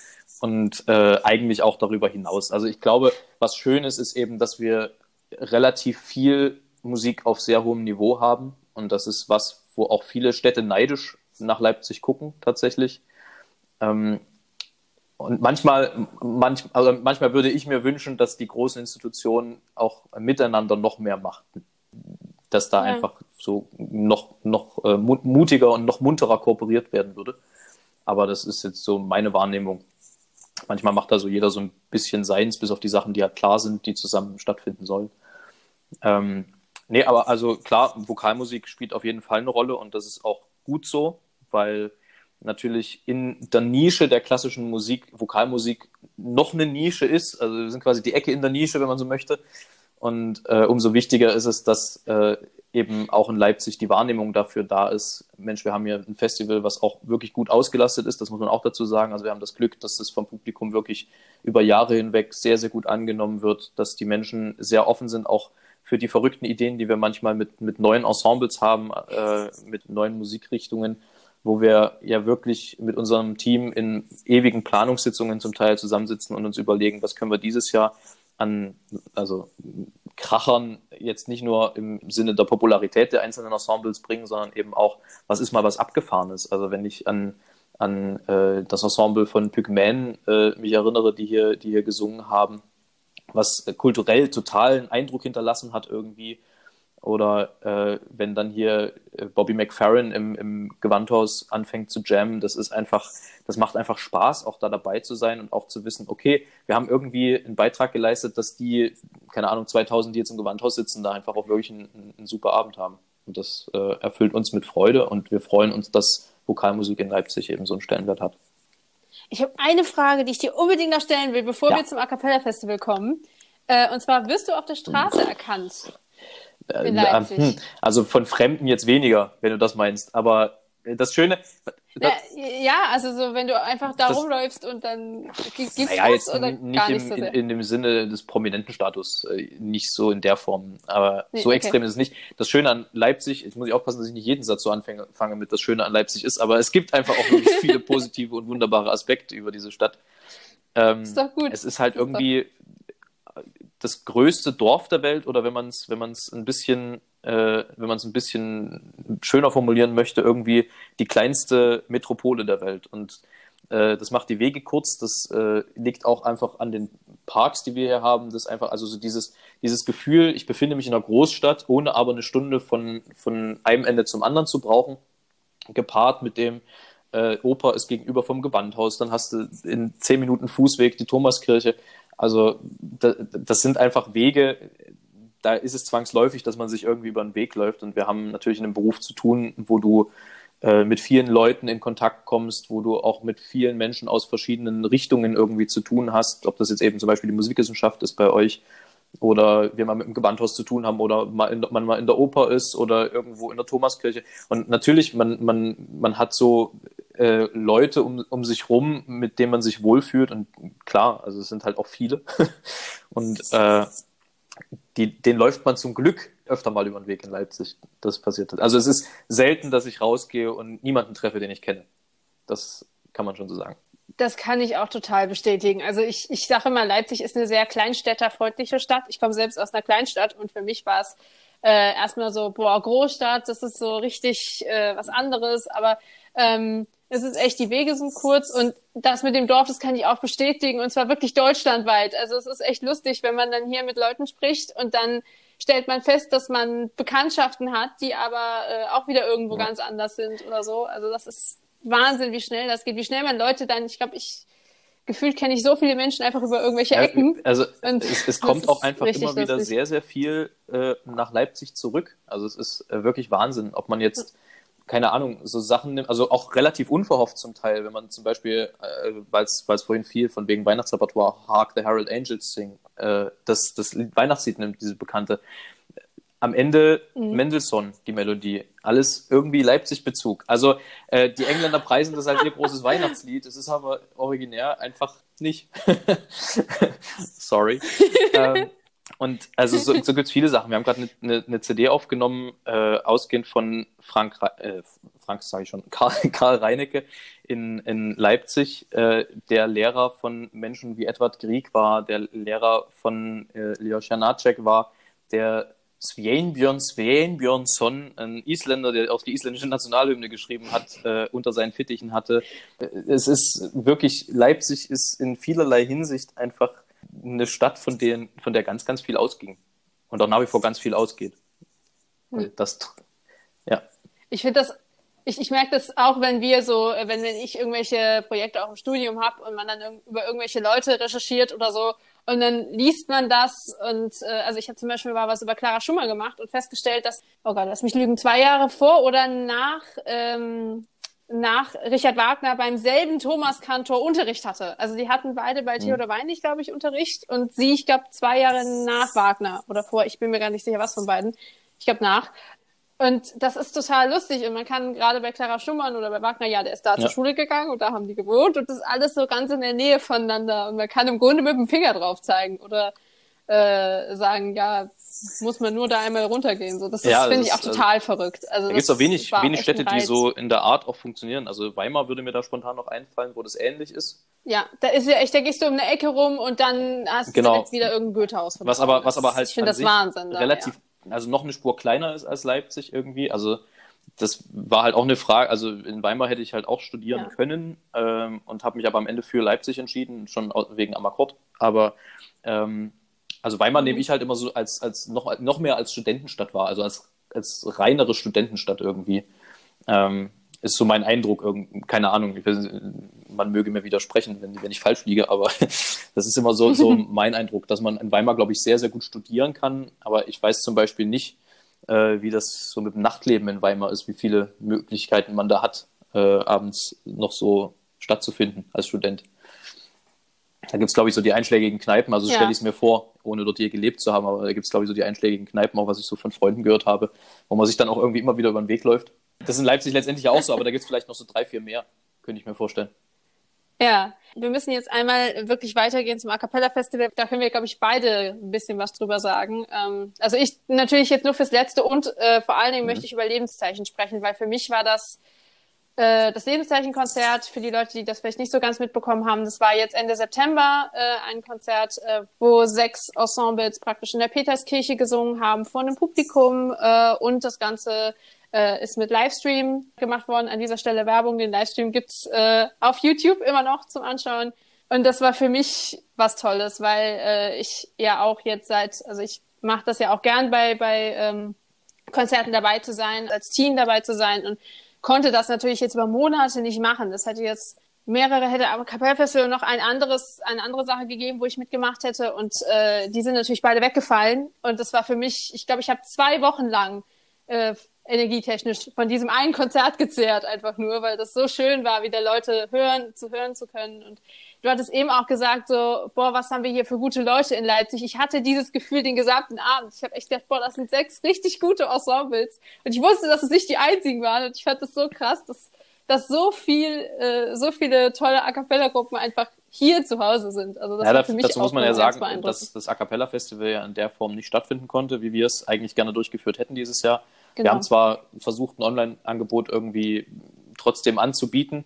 Und äh, eigentlich auch darüber hinaus. Also ich glaube, was schön ist, ist eben, dass wir relativ viel Musik auf sehr hohem Niveau haben. Und das ist was, wo auch viele Städte neidisch nach Leipzig gucken, tatsächlich. Ähm, und manchmal, manch, also manchmal würde ich mir wünschen, dass die großen Institutionen auch miteinander noch mehr machten. Dass da ja. einfach so noch, noch äh, mutiger und noch munterer kooperiert werden würde. Aber das ist jetzt so meine Wahrnehmung. Manchmal macht da so jeder so ein bisschen seins, bis auf die Sachen, die halt klar sind, die zusammen stattfinden sollen. Ähm, nee, aber also klar, Vokalmusik spielt auf jeden Fall eine Rolle und das ist auch gut so, weil natürlich in der Nische der klassischen Musik, Vokalmusik, noch eine Nische ist. Also wir sind quasi die Ecke in der Nische, wenn man so möchte. Und äh, umso wichtiger ist es, dass äh, eben auch in Leipzig die Wahrnehmung dafür da ist. Mensch, wir haben hier ein Festival, was auch wirklich gut ausgelastet ist, das muss man auch dazu sagen. Also wir haben das Glück, dass es vom Publikum wirklich über Jahre hinweg sehr, sehr gut angenommen wird, dass die Menschen sehr offen sind, auch für die verrückten Ideen, die wir manchmal mit, mit neuen Ensembles haben, äh, mit neuen Musikrichtungen, wo wir ja wirklich mit unserem Team in ewigen Planungssitzungen zum Teil zusammensitzen und uns überlegen, was können wir dieses Jahr an, also Krachern jetzt nicht nur im Sinne der Popularität der einzelnen Ensembles bringen, sondern eben auch, was ist mal was Abgefahrenes. Also wenn ich an, an äh, das Ensemble von Pygmäen äh, mich erinnere, die hier, die hier gesungen haben, was äh, kulturell totalen Eindruck hinterlassen hat irgendwie. Oder äh, wenn dann hier äh, Bobby McFerrin im, im Gewandhaus anfängt zu jammen, das ist einfach, das macht einfach Spaß, auch da dabei zu sein und auch zu wissen, okay, wir haben irgendwie einen Beitrag geleistet, dass die, keine Ahnung, zweitausend, die jetzt im Gewandhaus sitzen, da einfach auch wirklich einen, einen super Abend haben. Und das äh, erfüllt uns mit Freude und wir freuen uns, dass Vokalmusik in Leipzig eben so einen Stellenwert hat. Ich habe eine Frage, die ich dir unbedingt noch stellen will, bevor ja. wir zum A Cappella Festival kommen. Äh, und zwar, wirst du auf der Straße mhm. erkannt? In Leipzig. Äh, also von Fremden jetzt weniger, wenn du das meinst. Aber das Schöne... Das, ja, also so, wenn du einfach da das, rumläufst und dann gibt's naja, was jetzt oder nicht gar im, nicht so in, in dem Sinne des prominenten Status, äh, nicht so in der Form. Aber nee, so okay. extrem ist es nicht. Das Schöne an Leipzig, jetzt muss ich aufpassen, dass ich nicht jeden Satz so anfange fange mit das Schöne an Leipzig ist, aber es gibt einfach auch wirklich viele positive und wunderbare Aspekte über diese Stadt. Ähm, ist doch gut. Es ist halt ist irgendwie das größte Dorf der Welt, oder wenn man es wenn man es ein bisschen äh, wenn man es ein bisschen schöner formulieren möchte, irgendwie die kleinste Metropole der Welt. Und äh, das macht die Wege kurz. Das äh, liegt auch einfach an den Parks, die wir hier haben. Das einfach, also so dieses dieses Gefühl, ich befinde mich in einer Großstadt, ohne aber eine Stunde von von einem Ende zum anderen zu brauchen, gepaart mit dem äh, Oper ist gegenüber vom Gewandhaus. Dann hast du in zehn Minuten Fußweg die Thomaskirche. Also das sind einfach Wege, da ist es zwangsläufig, dass man sich irgendwie über den Weg läuft. Und wir haben natürlich einen Beruf zu tun, wo du äh, mit vielen Leuten in Kontakt kommst, wo du auch mit vielen Menschen aus verschiedenen Richtungen irgendwie zu tun hast. Ob das jetzt eben zum Beispiel die Musikwissenschaft ist bei euch oder wir mal mit dem Gewandhaus zu tun haben oder mal in, man mal in der Oper ist oder irgendwo in der Thomaskirche. Und natürlich, man, man, man hat so äh, Leute um, um sich rum, mit denen man sich wohlfühlt. Und klar, also es sind halt auch viele. Und äh, die, denen läuft man zum Glück öfter mal über den Weg in Leipzig. Das passiert hat. Also es ist selten, dass ich rausgehe und niemanden treffe, den ich kenne. Das kann man schon so sagen. Das kann ich auch total bestätigen. Also ich, ich sage immer, Leipzig ist eine sehr kleinstädterfreundliche Stadt. Ich komme selbst aus einer Kleinstadt und für mich war es äh, erstmal so, boah, Großstadt, das ist so richtig äh, was anderes. Aber ähm, es ist echt, die Wege sind kurz und das mit dem Dorf, das kann ich auch bestätigen und zwar wirklich deutschlandweit. Also es ist echt lustig, wenn man dann hier mit Leuten spricht und dann stellt man fest, dass man Bekanntschaften hat, die aber äh, auch wieder irgendwo ja. ganz anders sind oder so. Also das ist Wahnsinn, wie schnell das geht, wie schnell man Leute dann, ich glaube, ich gefühlt kenne ich so viele Menschen einfach über irgendwelche Ecken. Also es, es kommt auch einfach immer wieder lustig. sehr, sehr viel äh, nach Leipzig zurück. Also es ist äh, wirklich Wahnsinn, ob man jetzt, keine Ahnung, so Sachen nimmt, also auch relativ unverhofft zum Teil, wenn man zum Beispiel, äh, weil es vorhin viel von wegen Weihnachtsrepertoire, Hark the Herald Angels Sing, äh, das, das Weihnachtslied nimmt, diese bekannte. Am Ende mhm. Mendelssohn, die Melodie. Alles irgendwie Leipzig-Bezug. Also äh, die Engländer preisen das als ihr großes Weihnachtslied. Es ist aber originär einfach nicht. Sorry. ähm, und also so, so gibt es viele Sachen. Wir haben gerade eine ne, ne C D aufgenommen, äh, ausgehend von Frank, äh, Frank sage ich schon, Karl, Karl Reinecke in, in Leipzig, äh, der Lehrer von Menschen wie Edward Grieg war, der Lehrer von äh, Leos Janáček war, der Sveinbjörn Sveinbjörnsson, ein Isländer, der auch die isländische Nationalhymne geschrieben hat, äh, unter seinen Fittichen hatte. Es ist wirklich, Leipzig ist in vielerlei Hinsicht einfach eine Stadt, von, denen, von der ganz, ganz viel ausging. Und auch nach wie vor ganz viel ausgeht. Hm. Das, ja. Ich finde das, ich, ich merke das auch, wenn wir so, wenn, wenn ich irgendwelche Projekte auch im Studium habe und man dann irg- über irgendwelche Leute recherchiert oder so, und dann liest man das und äh, also ich habe zum Beispiel mal was über Clara Schumann gemacht und festgestellt, dass, oh Gott, lass mich lügen, zwei Jahre vor oder nach ähm, nach Richard Wagner beim selben Thomaskantor Unterricht hatte. Also die hatten beide bei Theodor Weinig, glaube ich, Unterricht und sie, ich glaube, zwei Jahre nach Wagner oder vor, ich bin mir gar nicht sicher, was von beiden. Ich glaube nach. Und das ist total lustig und man kann gerade bei Clara Schumann oder bei Wagner, ja, der ist da ja. zur Schule gegangen und da haben die gewohnt und das ist alles so ganz in der Nähe voneinander und man kann im Grunde mit dem Finger drauf zeigen oder äh, sagen, ja, muss man nur da einmal runtergehen. So, das ja, finde ich auch total also, verrückt. Also da gibt es auch wenig, wenig Städte, die so in der Art auch funktionieren. Also Weimar würde mir da spontan noch einfallen, wo das ähnlich ist. Ja, da ist ja echt, da gehst du um eine Ecke rum und dann hast genau. du direkt wieder irgendein Goethehaus. Was aber, was aber halt ich finde das Wahnsinn. Da, relativ ja. also noch eine Spur kleiner ist als Leipzig irgendwie. Also das war halt auch eine Frage, also in Weimar hätte ich halt auch studieren ja. können ähm, und habe mich aber am Ende für Leipzig entschieden, schon wegen am Akkord. Aber ähm, also Weimar mhm. nehme ich halt immer so als, als noch, noch mehr als Studentenstadt wahr, also als, als reinere Studentenstadt irgendwie. Ähm, ist so mein Eindruck, irgend, keine Ahnung, ich weiß, man möge mir widersprechen, wenn, wenn ich falsch liege, aber das ist immer so, so mein Eindruck, dass man in Weimar, glaube ich, sehr, sehr gut studieren kann, aber ich weiß zum Beispiel nicht, äh, wie das so mit dem Nachtleben in Weimar ist, wie viele Möglichkeiten man da hat, äh, abends noch so stattzufinden als Student. Da gibt es, glaube ich, so die einschlägigen Kneipen, also ja. stelle ich es mir vor, ohne dort je gelebt zu haben, aber da gibt es, glaube ich, so die einschlägigen Kneipen, auch was ich so von Freunden gehört habe, wo man sich dann auch irgendwie immer wieder über den Weg läuft. Das ist in Leipzig letztendlich auch so, aber da gibt es vielleicht noch so drei, vier mehr, könnte ich mir vorstellen. Ja, wir müssen jetzt einmal wirklich weitergehen zum A Cappella Festival. Da können wir, glaube ich, beide ein bisschen was drüber sagen. Ähm, also ich natürlich jetzt nur fürs Letzte und äh, vor allen Dingen mhm. möchte ich über Lebenszeichen sprechen, weil für mich war das äh, das Lebenszeichen-Konzert, für die Leute, die das vielleicht nicht so ganz mitbekommen haben, das war jetzt Ende September äh, ein Konzert, äh, wo sechs Ensembles praktisch in der Peterskirche gesungen haben vor einem Publikum äh, und das Ganze äh, ist mit Livestream gemacht worden. An dieser Stelle Werbung, den Livestream gibt's äh, auf YouTube immer noch zum Anschauen. Und das war für mich was Tolles, weil äh, ich ja auch jetzt seit, also ich mache das ja auch gern bei bei ähm, Konzerten dabei zu sein, als Team dabei zu sein und konnte das natürlich jetzt über Monate nicht machen. Das hätte jetzt mehrere, hätte aber Cappella Festival noch ein anderes, eine andere Sache gegeben, wo ich mitgemacht hätte und äh, die sind natürlich beide weggefallen und das war für mich, ich glaube, ich habe zwei Wochen lang äh, energietechnisch von diesem einen Konzert gezehrt, einfach nur, weil das so schön war, wieder Leute hören, zu hören zu können. Und du hattest eben auch gesagt, so, boah, was haben wir hier für gute Leute in Leipzig. Ich hatte dieses Gefühl den gesamten Abend. Ich habe echt gedacht, boah, das sind sechs richtig gute Ensembles. Und ich wusste, dass es nicht die einzigen waren. Und ich fand das so krass, dass, dass so viel, äh, so viele tolle A-Cappella-Gruppen einfach hier zu Hause sind. Also das ja, war das, für mich dazu auch muss man ja sagen, beeindruckend. dass das A-Cappella-Festival ja in der Form nicht stattfinden konnte, wie wir es eigentlich gerne durchgeführt hätten dieses Jahr. Genau. Wir haben zwar versucht, ein Online-Angebot irgendwie trotzdem anzubieten,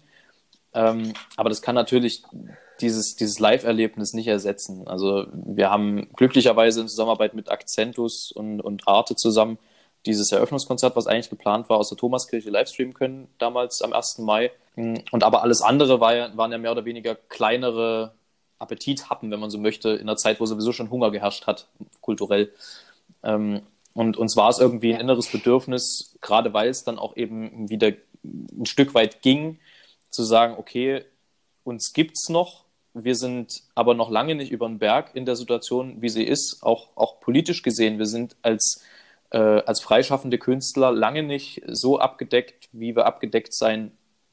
ähm, aber das kann natürlich dieses, dieses Live-Erlebnis nicht ersetzen. Also wir haben glücklicherweise in Zusammenarbeit mit Accentus und, und Arte zusammen dieses Eröffnungskonzert, was eigentlich geplant war, aus der Thomaskirche livestreamen können, damals am ersten Mai. Und aber alles andere war ja, waren ja mehr oder weniger kleinere Appetithappen, wenn man so möchte, in einer Zeit, wo sowieso schon Hunger geherrscht hat, kulturell. Ähm, und uns war es irgendwie ein inneres Bedürfnis, gerade weil es dann auch eben wieder ein Stück weit ging, zu sagen, okay, uns gibt's noch, wir sind aber noch lange nicht über den Berg in der Situation, wie sie ist, auch, auch politisch gesehen. Wir sind als äh, als freischaffende Künstler lange nicht so abgedeckt, wie wir abgedeckt sein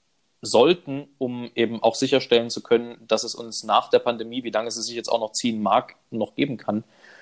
sollten, um eben auch sicherstellen zu können, dass es uns nach der Pandemie, wie lange es sich jetzt auch noch ziehen mag, noch geben kann.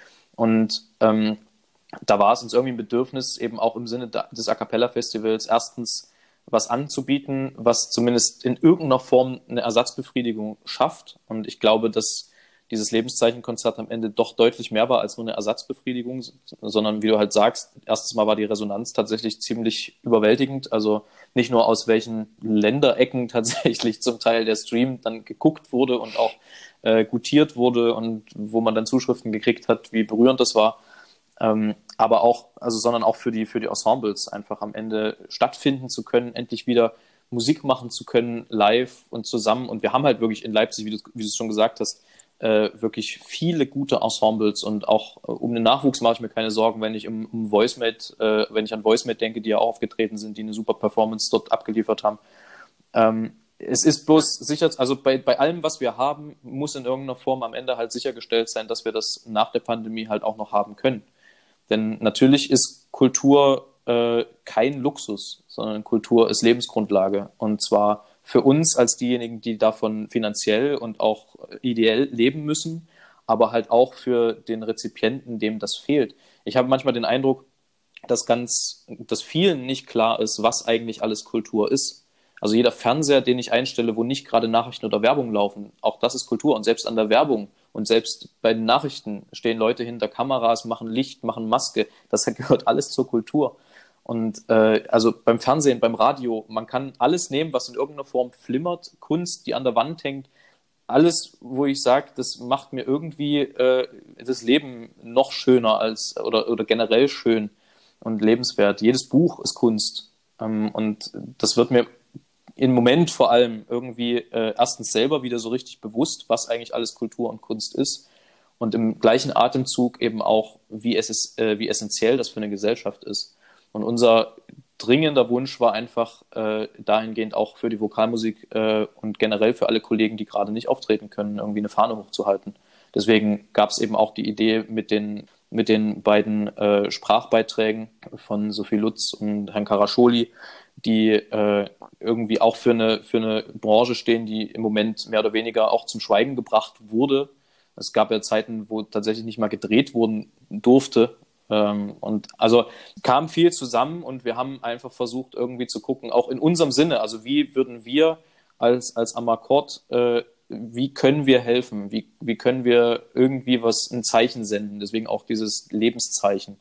Und ähm, da war es uns irgendwie ein Bedürfnis, eben auch im Sinne des A-Cappella-Festivals erstens was anzubieten, was zumindest in irgendeiner Form eine Ersatzbefriedigung schafft. Und ich glaube, dass dieses Lebenszeichen-Konzert am Ende doch deutlich mehr war als nur eine Ersatzbefriedigung, sondern wie du halt sagst, erstens mal war die Resonanz tatsächlich ziemlich überwältigend. Also nicht nur aus welchen Länderecken tatsächlich zum Teil der Stream dann geguckt wurde und auch äh, gutiert wurde und wo man dann Zuschriften gekriegt hat, wie berührend das war, ähm, aber auch, also sondern auch für die für die Ensembles einfach am Ende stattfinden zu können, endlich wieder Musik machen zu können, live und zusammen. Und wir haben halt wirklich in Leipzig, wie du, wie du es schon gesagt hast, äh, wirklich viele gute Ensembles und auch äh, um den Nachwuchs mache ich mir keine Sorgen, wenn ich um, um VoiceMate, äh, wenn ich an VoiceMate denke, die ja auch aufgetreten sind, die eine super Performance dort abgeliefert haben. Ähm, es ist bloß sicher, also bei, bei allem, was wir haben, muss in irgendeiner Form am Ende halt sichergestellt sein, dass wir das nach der Pandemie halt auch noch haben können. Denn natürlich ist Kultur äh, kein Luxus, sondern Kultur ist Lebensgrundlage. Und zwar für uns als diejenigen, die davon finanziell und auch ideell leben müssen, aber halt auch für den Rezipienten, dem das fehlt. Ich habe manchmal den Eindruck, dass ganz, dass vielen nicht klar ist, was eigentlich alles Kultur ist. Also jeder Fernseher, den ich einstelle, wo nicht gerade Nachrichten oder Werbung laufen, auch das ist Kultur. Und selbst an der Werbung und selbst bei den Nachrichten stehen Leute hinter Kameras, machen Licht, machen Maske. Das gehört alles zur Kultur. Und äh, also beim Fernsehen, beim Radio, man kann alles nehmen, was in irgendeiner Form flimmert, Kunst, die an der Wand hängt, alles, wo ich sage, das macht mir irgendwie äh, das Leben noch schöner als oder, oder generell schön und lebenswert. Jedes Buch ist Kunst. Ähm, und das wird mir im Moment vor allem irgendwie äh, erstens selber wieder so richtig bewusst, was eigentlich alles Kultur und Kunst ist. Und im gleichen Atemzug eben auch, wie, es ist, äh, wie essentiell das für eine Gesellschaft ist. Und unser dringender Wunsch war einfach äh, dahingehend auch für die Vokalmusik äh, und generell für alle Kollegen, die gerade nicht auftreten können, irgendwie eine Fahne hochzuhalten. Deswegen gab es eben auch die Idee mit den, mit den beiden äh, Sprachbeiträgen von Sophie Lutz und Herrn Karascholi, die äh, irgendwie auch für eine, für eine Branche stehen, die im Moment mehr oder weniger auch zum Schweigen gebracht wurde. Es gab ja Zeiten, wo tatsächlich nicht mal gedreht wurden durfte. Ähm, und also kam viel zusammen und wir haben einfach versucht, irgendwie zu gucken, auch in unserem Sinne, also wie würden wir als, als Amakord, äh, wie können wir helfen? Wie, wie können wir irgendwie was, ein Zeichen senden? Deswegen auch dieses Lebenszeichen.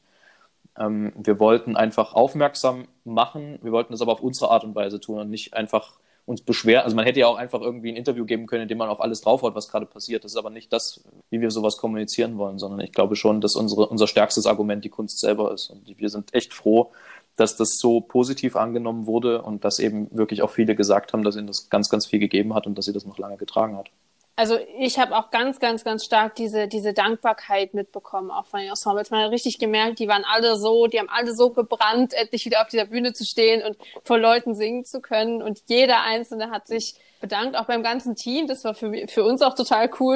Ähm, wir wollten einfach aufmerksam machen, wir wollten das aber auf unsere Art und Weise tun und nicht einfach uns beschweren. Also man hätte ja auch einfach irgendwie ein Interview geben können, in dem man auf alles draufhaut, was gerade passiert. Das ist aber nicht das, wie wir sowas kommunizieren wollen, sondern ich glaube schon, dass unsere, unser stärkstes Argument die Kunst selber ist. Und wir sind echt froh, dass das so positiv angenommen wurde und dass eben wirklich auch viele gesagt haben, dass ihnen das ganz, ganz viel gegeben hat und dass sie das noch lange getragen hat. Also ich habe auch ganz, ganz, ganz stark diese diese Dankbarkeit mitbekommen, auch von den Ensembles. Man hat richtig gemerkt, die waren alle so, die haben alle so gebrannt, endlich wieder auf dieser Bühne zu stehen und vor Leuten singen zu können. Und jeder Einzelne hat sich bedankt, auch beim ganzen Team. Das war für, für uns auch total cool,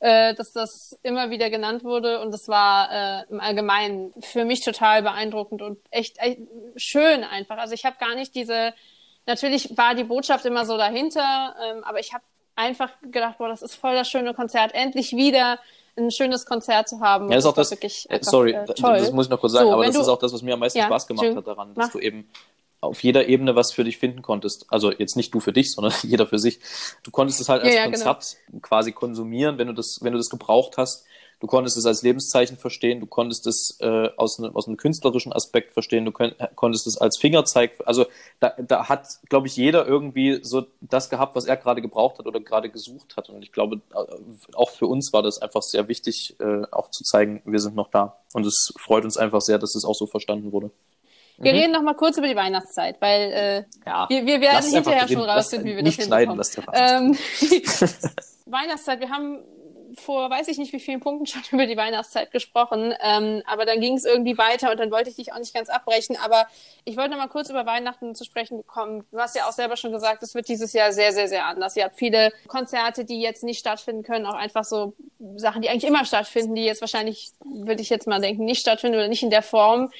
äh, dass das immer wieder genannt wurde und das war äh, im Allgemeinen für mich total beeindruckend und echt, echt schön einfach. Also ich habe gar nicht diese, natürlich war die Botschaft immer so dahinter, ähm, aber ich habe einfach gedacht, boah, das ist voll das schöne Konzert, endlich wieder ein schönes Konzert zu haben. Ja, das ist auch das, wirklich äh, einfach, sorry, äh, toll. das muss ich noch kurz sagen, so, aber das du, ist auch das, was mir am meisten ja, Spaß gemacht schön. hat daran, dass Mach. du eben auf jeder Ebene was für dich finden konntest. Also jetzt nicht du für dich, sondern jeder für sich. Du konntest es halt als ja, ja, Konzert genau. quasi konsumieren, wenn du das, wenn du das gebraucht hast. Du konntest es als Lebenszeichen verstehen, du konntest es äh, aus, ne, aus einem künstlerischen Aspekt verstehen, du könnt, konntest es als Fingerzeig, also da, da hat, glaube ich, jeder irgendwie so das gehabt, was er gerade gebraucht hat oder gerade gesucht hat. Und ich glaube, auch für uns war das einfach sehr wichtig, äh, auch zu zeigen, wir sind noch da. Und es freut uns einfach sehr, dass es auch so verstanden wurde. Wir mhm. reden noch mal kurz über die Weihnachtszeit, weil äh, ja. wir, wir werden Lass hinterher drin, schon rausfinden, wie wir nicht das schneiden, hinbekommen. Ähm, Weihnachtszeit, wir haben vor weiß ich nicht wie vielen Punkten schon über die Weihnachtszeit gesprochen, ähm, aber dann ging es irgendwie weiter und dann wollte ich dich auch nicht ganz abbrechen, aber ich wollte noch mal kurz über Weihnachten zu sprechen kommen. Du hast ja auch selber schon gesagt, es wird dieses Jahr sehr, sehr, sehr anders. Ihr habt viele Konzerte, die jetzt nicht stattfinden können, auch einfach so Sachen, die eigentlich immer stattfinden, die jetzt wahrscheinlich, würde ich jetzt mal denken, nicht stattfinden oder nicht in der Form.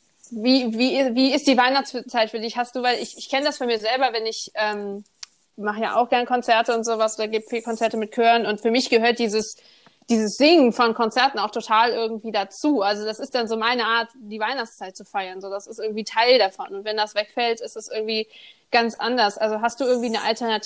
Wie, wie, wie ist die Weihnachtszeit für dich? Hast du, weil ich, ich kenne das von mir selber, wenn ich ähm, mache ja auch gern Konzerte und sowas, da gibt es Konzerte mit Chören und für mich gehört dieses dieses Singen von Konzerten auch total irgendwie dazu. Also das ist dann so meine Art, die Weihnachtszeit zu feiern. So, das ist irgendwie Teil davon. Und wenn das wegfällt, ist es irgendwie ganz anders. Also hast du irgendwie eine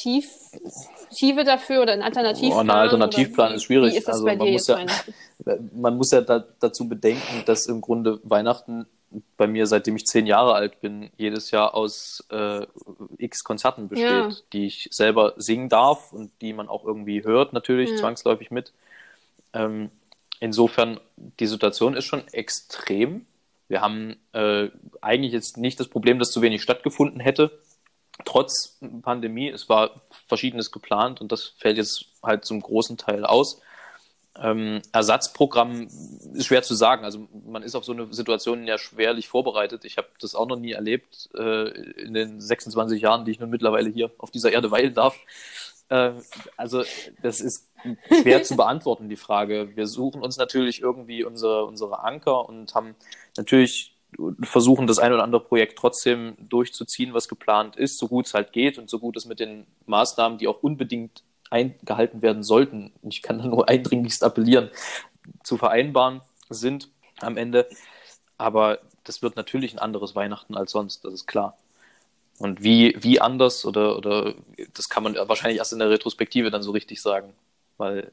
Alternative dafür oder einen Alternativplan? Oh, ein Alternativplan wie, ist schwierig. Wie ist das also bei man dir muss jetzt ja, man muss ja da, dazu bedenken, dass im Grunde Weihnachten bei mir, seitdem ich zehn Jahre alt bin, jedes Jahr aus äh, x Konzerten besteht, ja. die ich selber singen darf und die man auch irgendwie hört, natürlich ja. zwangsläufig mit. Ähm, insofern, die Situation ist schon extrem. Wir haben äh, eigentlich jetzt nicht das Problem, dass zu wenig stattgefunden hätte, trotz Pandemie. Es war Verschiedenes geplant und das fällt jetzt halt zum großen Teil aus. Ähm, Ersatzprogramm ist schwer zu sagen. Also man ist auf so eine Situation ja schwerlich vorbereitet. Ich habe das auch noch nie erlebt äh, in den sechsundzwanzig Jahren, die ich nun mittlerweile hier auf dieser Erde weilen darf. Äh, also das ist schwer zu beantworten, die Frage. Wir suchen uns natürlich irgendwie unsere, unsere Anker und haben natürlich versuchen, das ein oder andere Projekt trotzdem durchzuziehen, was geplant ist, so gut es halt geht und so gut es mit den Maßnahmen, die auch unbedingt eingehalten werden sollten, ich kann da nur eindringlichst appellieren, zu vereinbaren sind am Ende. Aber das wird natürlich ein anderes Weihnachten als sonst, das ist klar. Und wie, wie anders oder, oder das kann man wahrscheinlich erst in der Retrospektive dann so richtig sagen, weil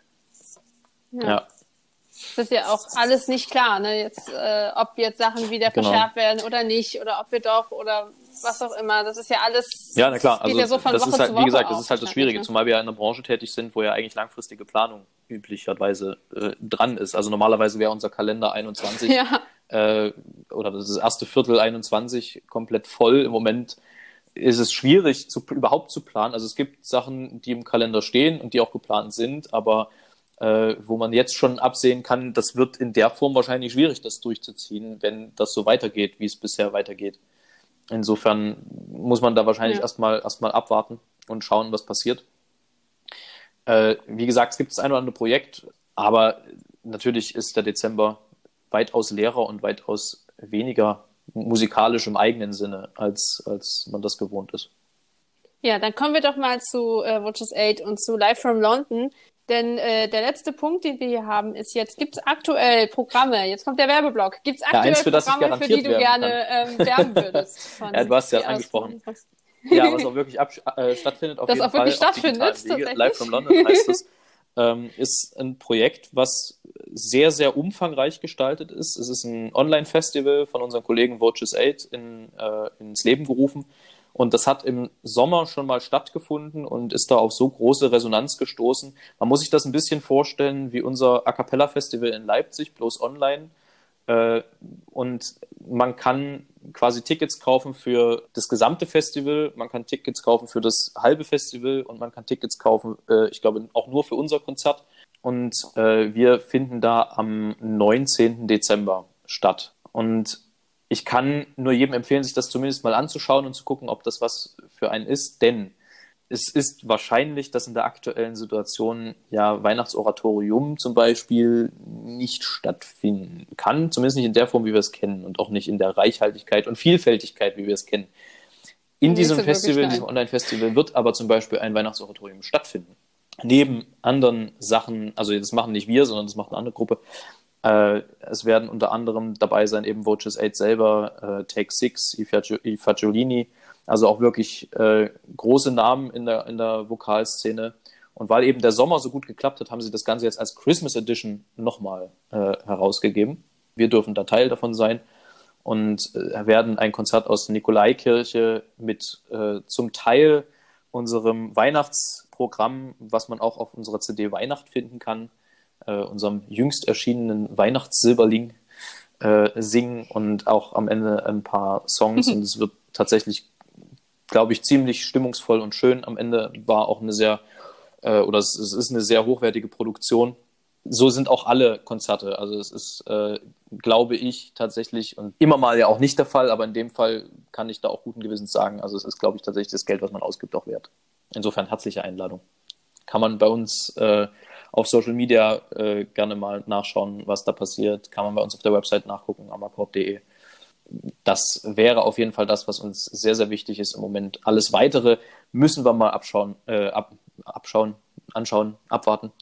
ja. ja. Das ist ja auch alles nicht klar, ne? Jetzt, äh, ob jetzt Sachen wieder genau. verschärft werden oder nicht oder ob wir doch oder was auch immer. Das ist ja alles. Ja, na klar. Also geht ja so von das Woche ist halt, zu Woche wie gesagt, das auch, ist halt das Schwierige, ne? zumal wir ja in einer Branche tätig sind, wo ja eigentlich langfristige Planung üblicherweise äh, dran ist. Also normalerweise wäre unser Kalender einundzwanzig ja. äh, oder das erste Viertel einundzwanzig komplett voll. Im Moment ist es schwierig, zu, überhaupt zu planen. Also es gibt Sachen, die im Kalender stehen und die auch geplant sind, aber äh, wo man jetzt schon absehen kann, das wird in der Form wahrscheinlich schwierig, das durchzuziehen, wenn das so weitergeht, wie es bisher weitergeht. Insofern muss man da wahrscheinlich ja. erstmal erstmal abwarten und schauen, was passiert. Äh, wie gesagt, es gibt das ein oder andere Projekt, aber natürlich ist der Dezember weitaus leerer und weitaus weniger musikalisch im eigenen Sinne, als, als man das gewohnt ist. Ja, dann kommen wir doch mal zu äh, Watches Eight und zu Live from London. Denn äh, der letzte Punkt, den wir hier haben, ist jetzt, gibt es aktuell Programme, jetzt kommt der Werbeblock, gibt es aktuell ja, eins, für Programme, für die du gerne ähm, werben würdest? Von ja, du hast ja angesprochen. Ja, was auch wirklich ab, äh, stattfindet, auf das jeden auch wirklich Fall. Stattfindet, Wege. Live from London heißt es. ähm, ist ein Projekt, was sehr, sehr umfangreich gestaltet ist. Es ist ein Online-Festival von unseren Kollegen Watches Eight in, äh, ins Leben gerufen. Und das hat im Sommer schon mal stattgefunden und ist da auf so große Resonanz gestoßen. Man muss sich das ein bisschen vorstellen wie unser A Cappella Festival in Leipzig, bloß online. Äh, und man kann quasi Tickets kaufen für das gesamte Festival, man kann Tickets kaufen für das halbe Festival und man kann Tickets kaufen, äh, ich glaube, auch nur für unser Konzert. Und äh, wir finden da am neunzehnten Dezember statt. Und ich kann nur jedem empfehlen, sich das zumindest mal anzuschauen und zu gucken, ob das was für einen ist, denn es ist wahrscheinlich, dass in der aktuellen Situation ja Weihnachtsoratorium zum Beispiel nicht stattfinden kann, zumindest nicht in der Form, wie wir es kennen und auch nicht in der Reichhaltigkeit und Vielfältigkeit, wie wir es kennen. In diesem Festival, in diesem Online-Festival wird aber zum Beispiel ein Weihnachtsoratorium stattfinden. Neben anderen Sachen, also das machen nicht wir, sondern das macht eine andere Gruppe. Äh, es werden unter anderem dabei sein eben Voces eight selber, äh, Take Six, I Fagiolini, also auch wirklich äh, große Namen in der, in der Vokalszene. Und weil eben der Sommer so gut geklappt hat, haben sie das Ganze jetzt als Christmas Edition nochmal äh, herausgegeben. Wir dürfen da Teil davon sein und äh, werden ein Konzert aus der Nikolaikirche mit äh, zum Teil unserem Weihnachtsprogramm, was man auch auf unserer C D Weihnacht finden kann, äh, unserem jüngst erschienenen Weihnachtssilberling äh, singen und auch am Ende ein paar Songs. Und es wird tatsächlich, glaube ich, ziemlich stimmungsvoll und schön. Am Ende war auch eine sehr, äh, oder es, es ist eine sehr hochwertige Produktion. So sind auch alle Konzerte. Also es ist, äh, glaube ich, tatsächlich und immer mal ja auch nicht der Fall, aber in dem Fall kann ich da auch guten Gewissens sagen, also es ist, glaube ich, tatsächlich das Geld, was man ausgibt, auch wert. Insofern herzliche Einladung. Kann man bei uns äh, auf Social Media äh, gerne mal nachschauen, was da passiert. Kann man bei uns auf der Website nachgucken, amakord punkt de. Das wäre auf jeden Fall das, was uns sehr, sehr wichtig ist im Moment. Alles Weitere müssen wir mal abschauen, äh, ab, abschauen, anschauen, abwarten,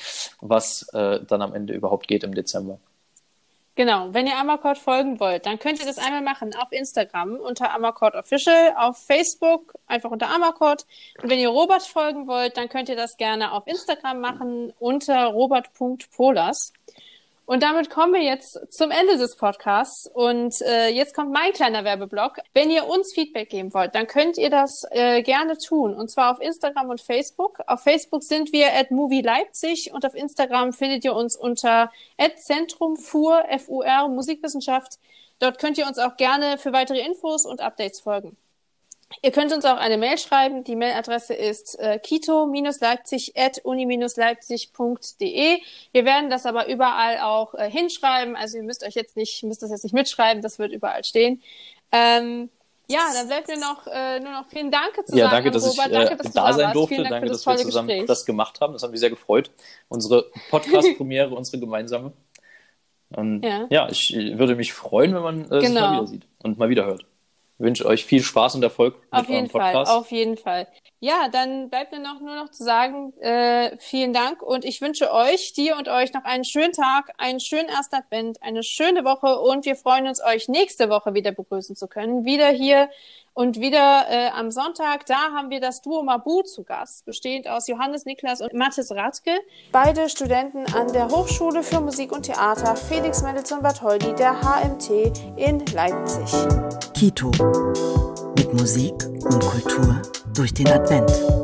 was äh, dann am Ende überhaupt geht im Dezember. Genau, wenn ihr Amakord folgen wollt, dann könnt ihr das einmal machen auf Instagram unter Amakord Official, auf Facebook einfach unter Amakord. Und wenn ihr Robert folgen wollt, dann könnt ihr das gerne auf Instagram machen unter robert punkt polas. Und damit kommen wir jetzt zum Ende des Podcasts und äh, jetzt kommt mein kleiner Werbeblock. Wenn ihr uns Feedback geben wollt, dann könnt ihr das äh, gerne tun und zwar auf Instagram und Facebook. Auf Facebook sind wir at Movie Leipzig und auf Instagram findet ihr uns unter at Zentrum Fur, F U R, Musikwissenschaft. Dort könnt ihr uns auch gerne für weitere Infos und Updates folgen. Ihr könnt uns auch eine Mail schreiben. Die Mailadresse ist äh, kito-leipzig at uni-leipzig punkt de. Wir werden das aber überall auch äh, hinschreiben. Also ihr müsst euch jetzt nicht, müsst das jetzt nicht mitschreiben. Das wird überall stehen. Ähm, ja, dann bleibt mir noch äh, nur noch vielen Dank zu ja, sagen danke, dass Robert. ich äh, danke, dass da du sein da durfte. Dank Danke, das dass wir zusammen Gespräch. das gemacht haben. Das haben wir sehr gefreut. Unsere Podcast-Premiere, unsere gemeinsame. Und ja. ja, ich würde mich freuen, wenn man äh, genau. sich mal wieder sieht und mal wieder hört. Ich wünsche euch viel Spaß und Erfolg mit auf jeden eurem Podcast. Fall, auf jeden Fall. Ja, dann bleibt mir noch nur noch zu sagen, äh, vielen Dank und ich wünsche euch, dir und euch noch einen schönen Tag, einen schönen ersten Advent, eine schöne Woche und wir freuen uns, euch nächste Woche wieder begrüßen zu können. Wieder hier und wieder äh, am Sonntag, da haben wir das Duo Mabu zu Gast, bestehend aus Johannes Niklas und Mathis Radke. Beide Studenten an der Hochschule für Musik und Theater Felix Mendelssohn Bartholdy, der H M T in Leipzig. Kito. Mit Musik und Kultur durch den Advent.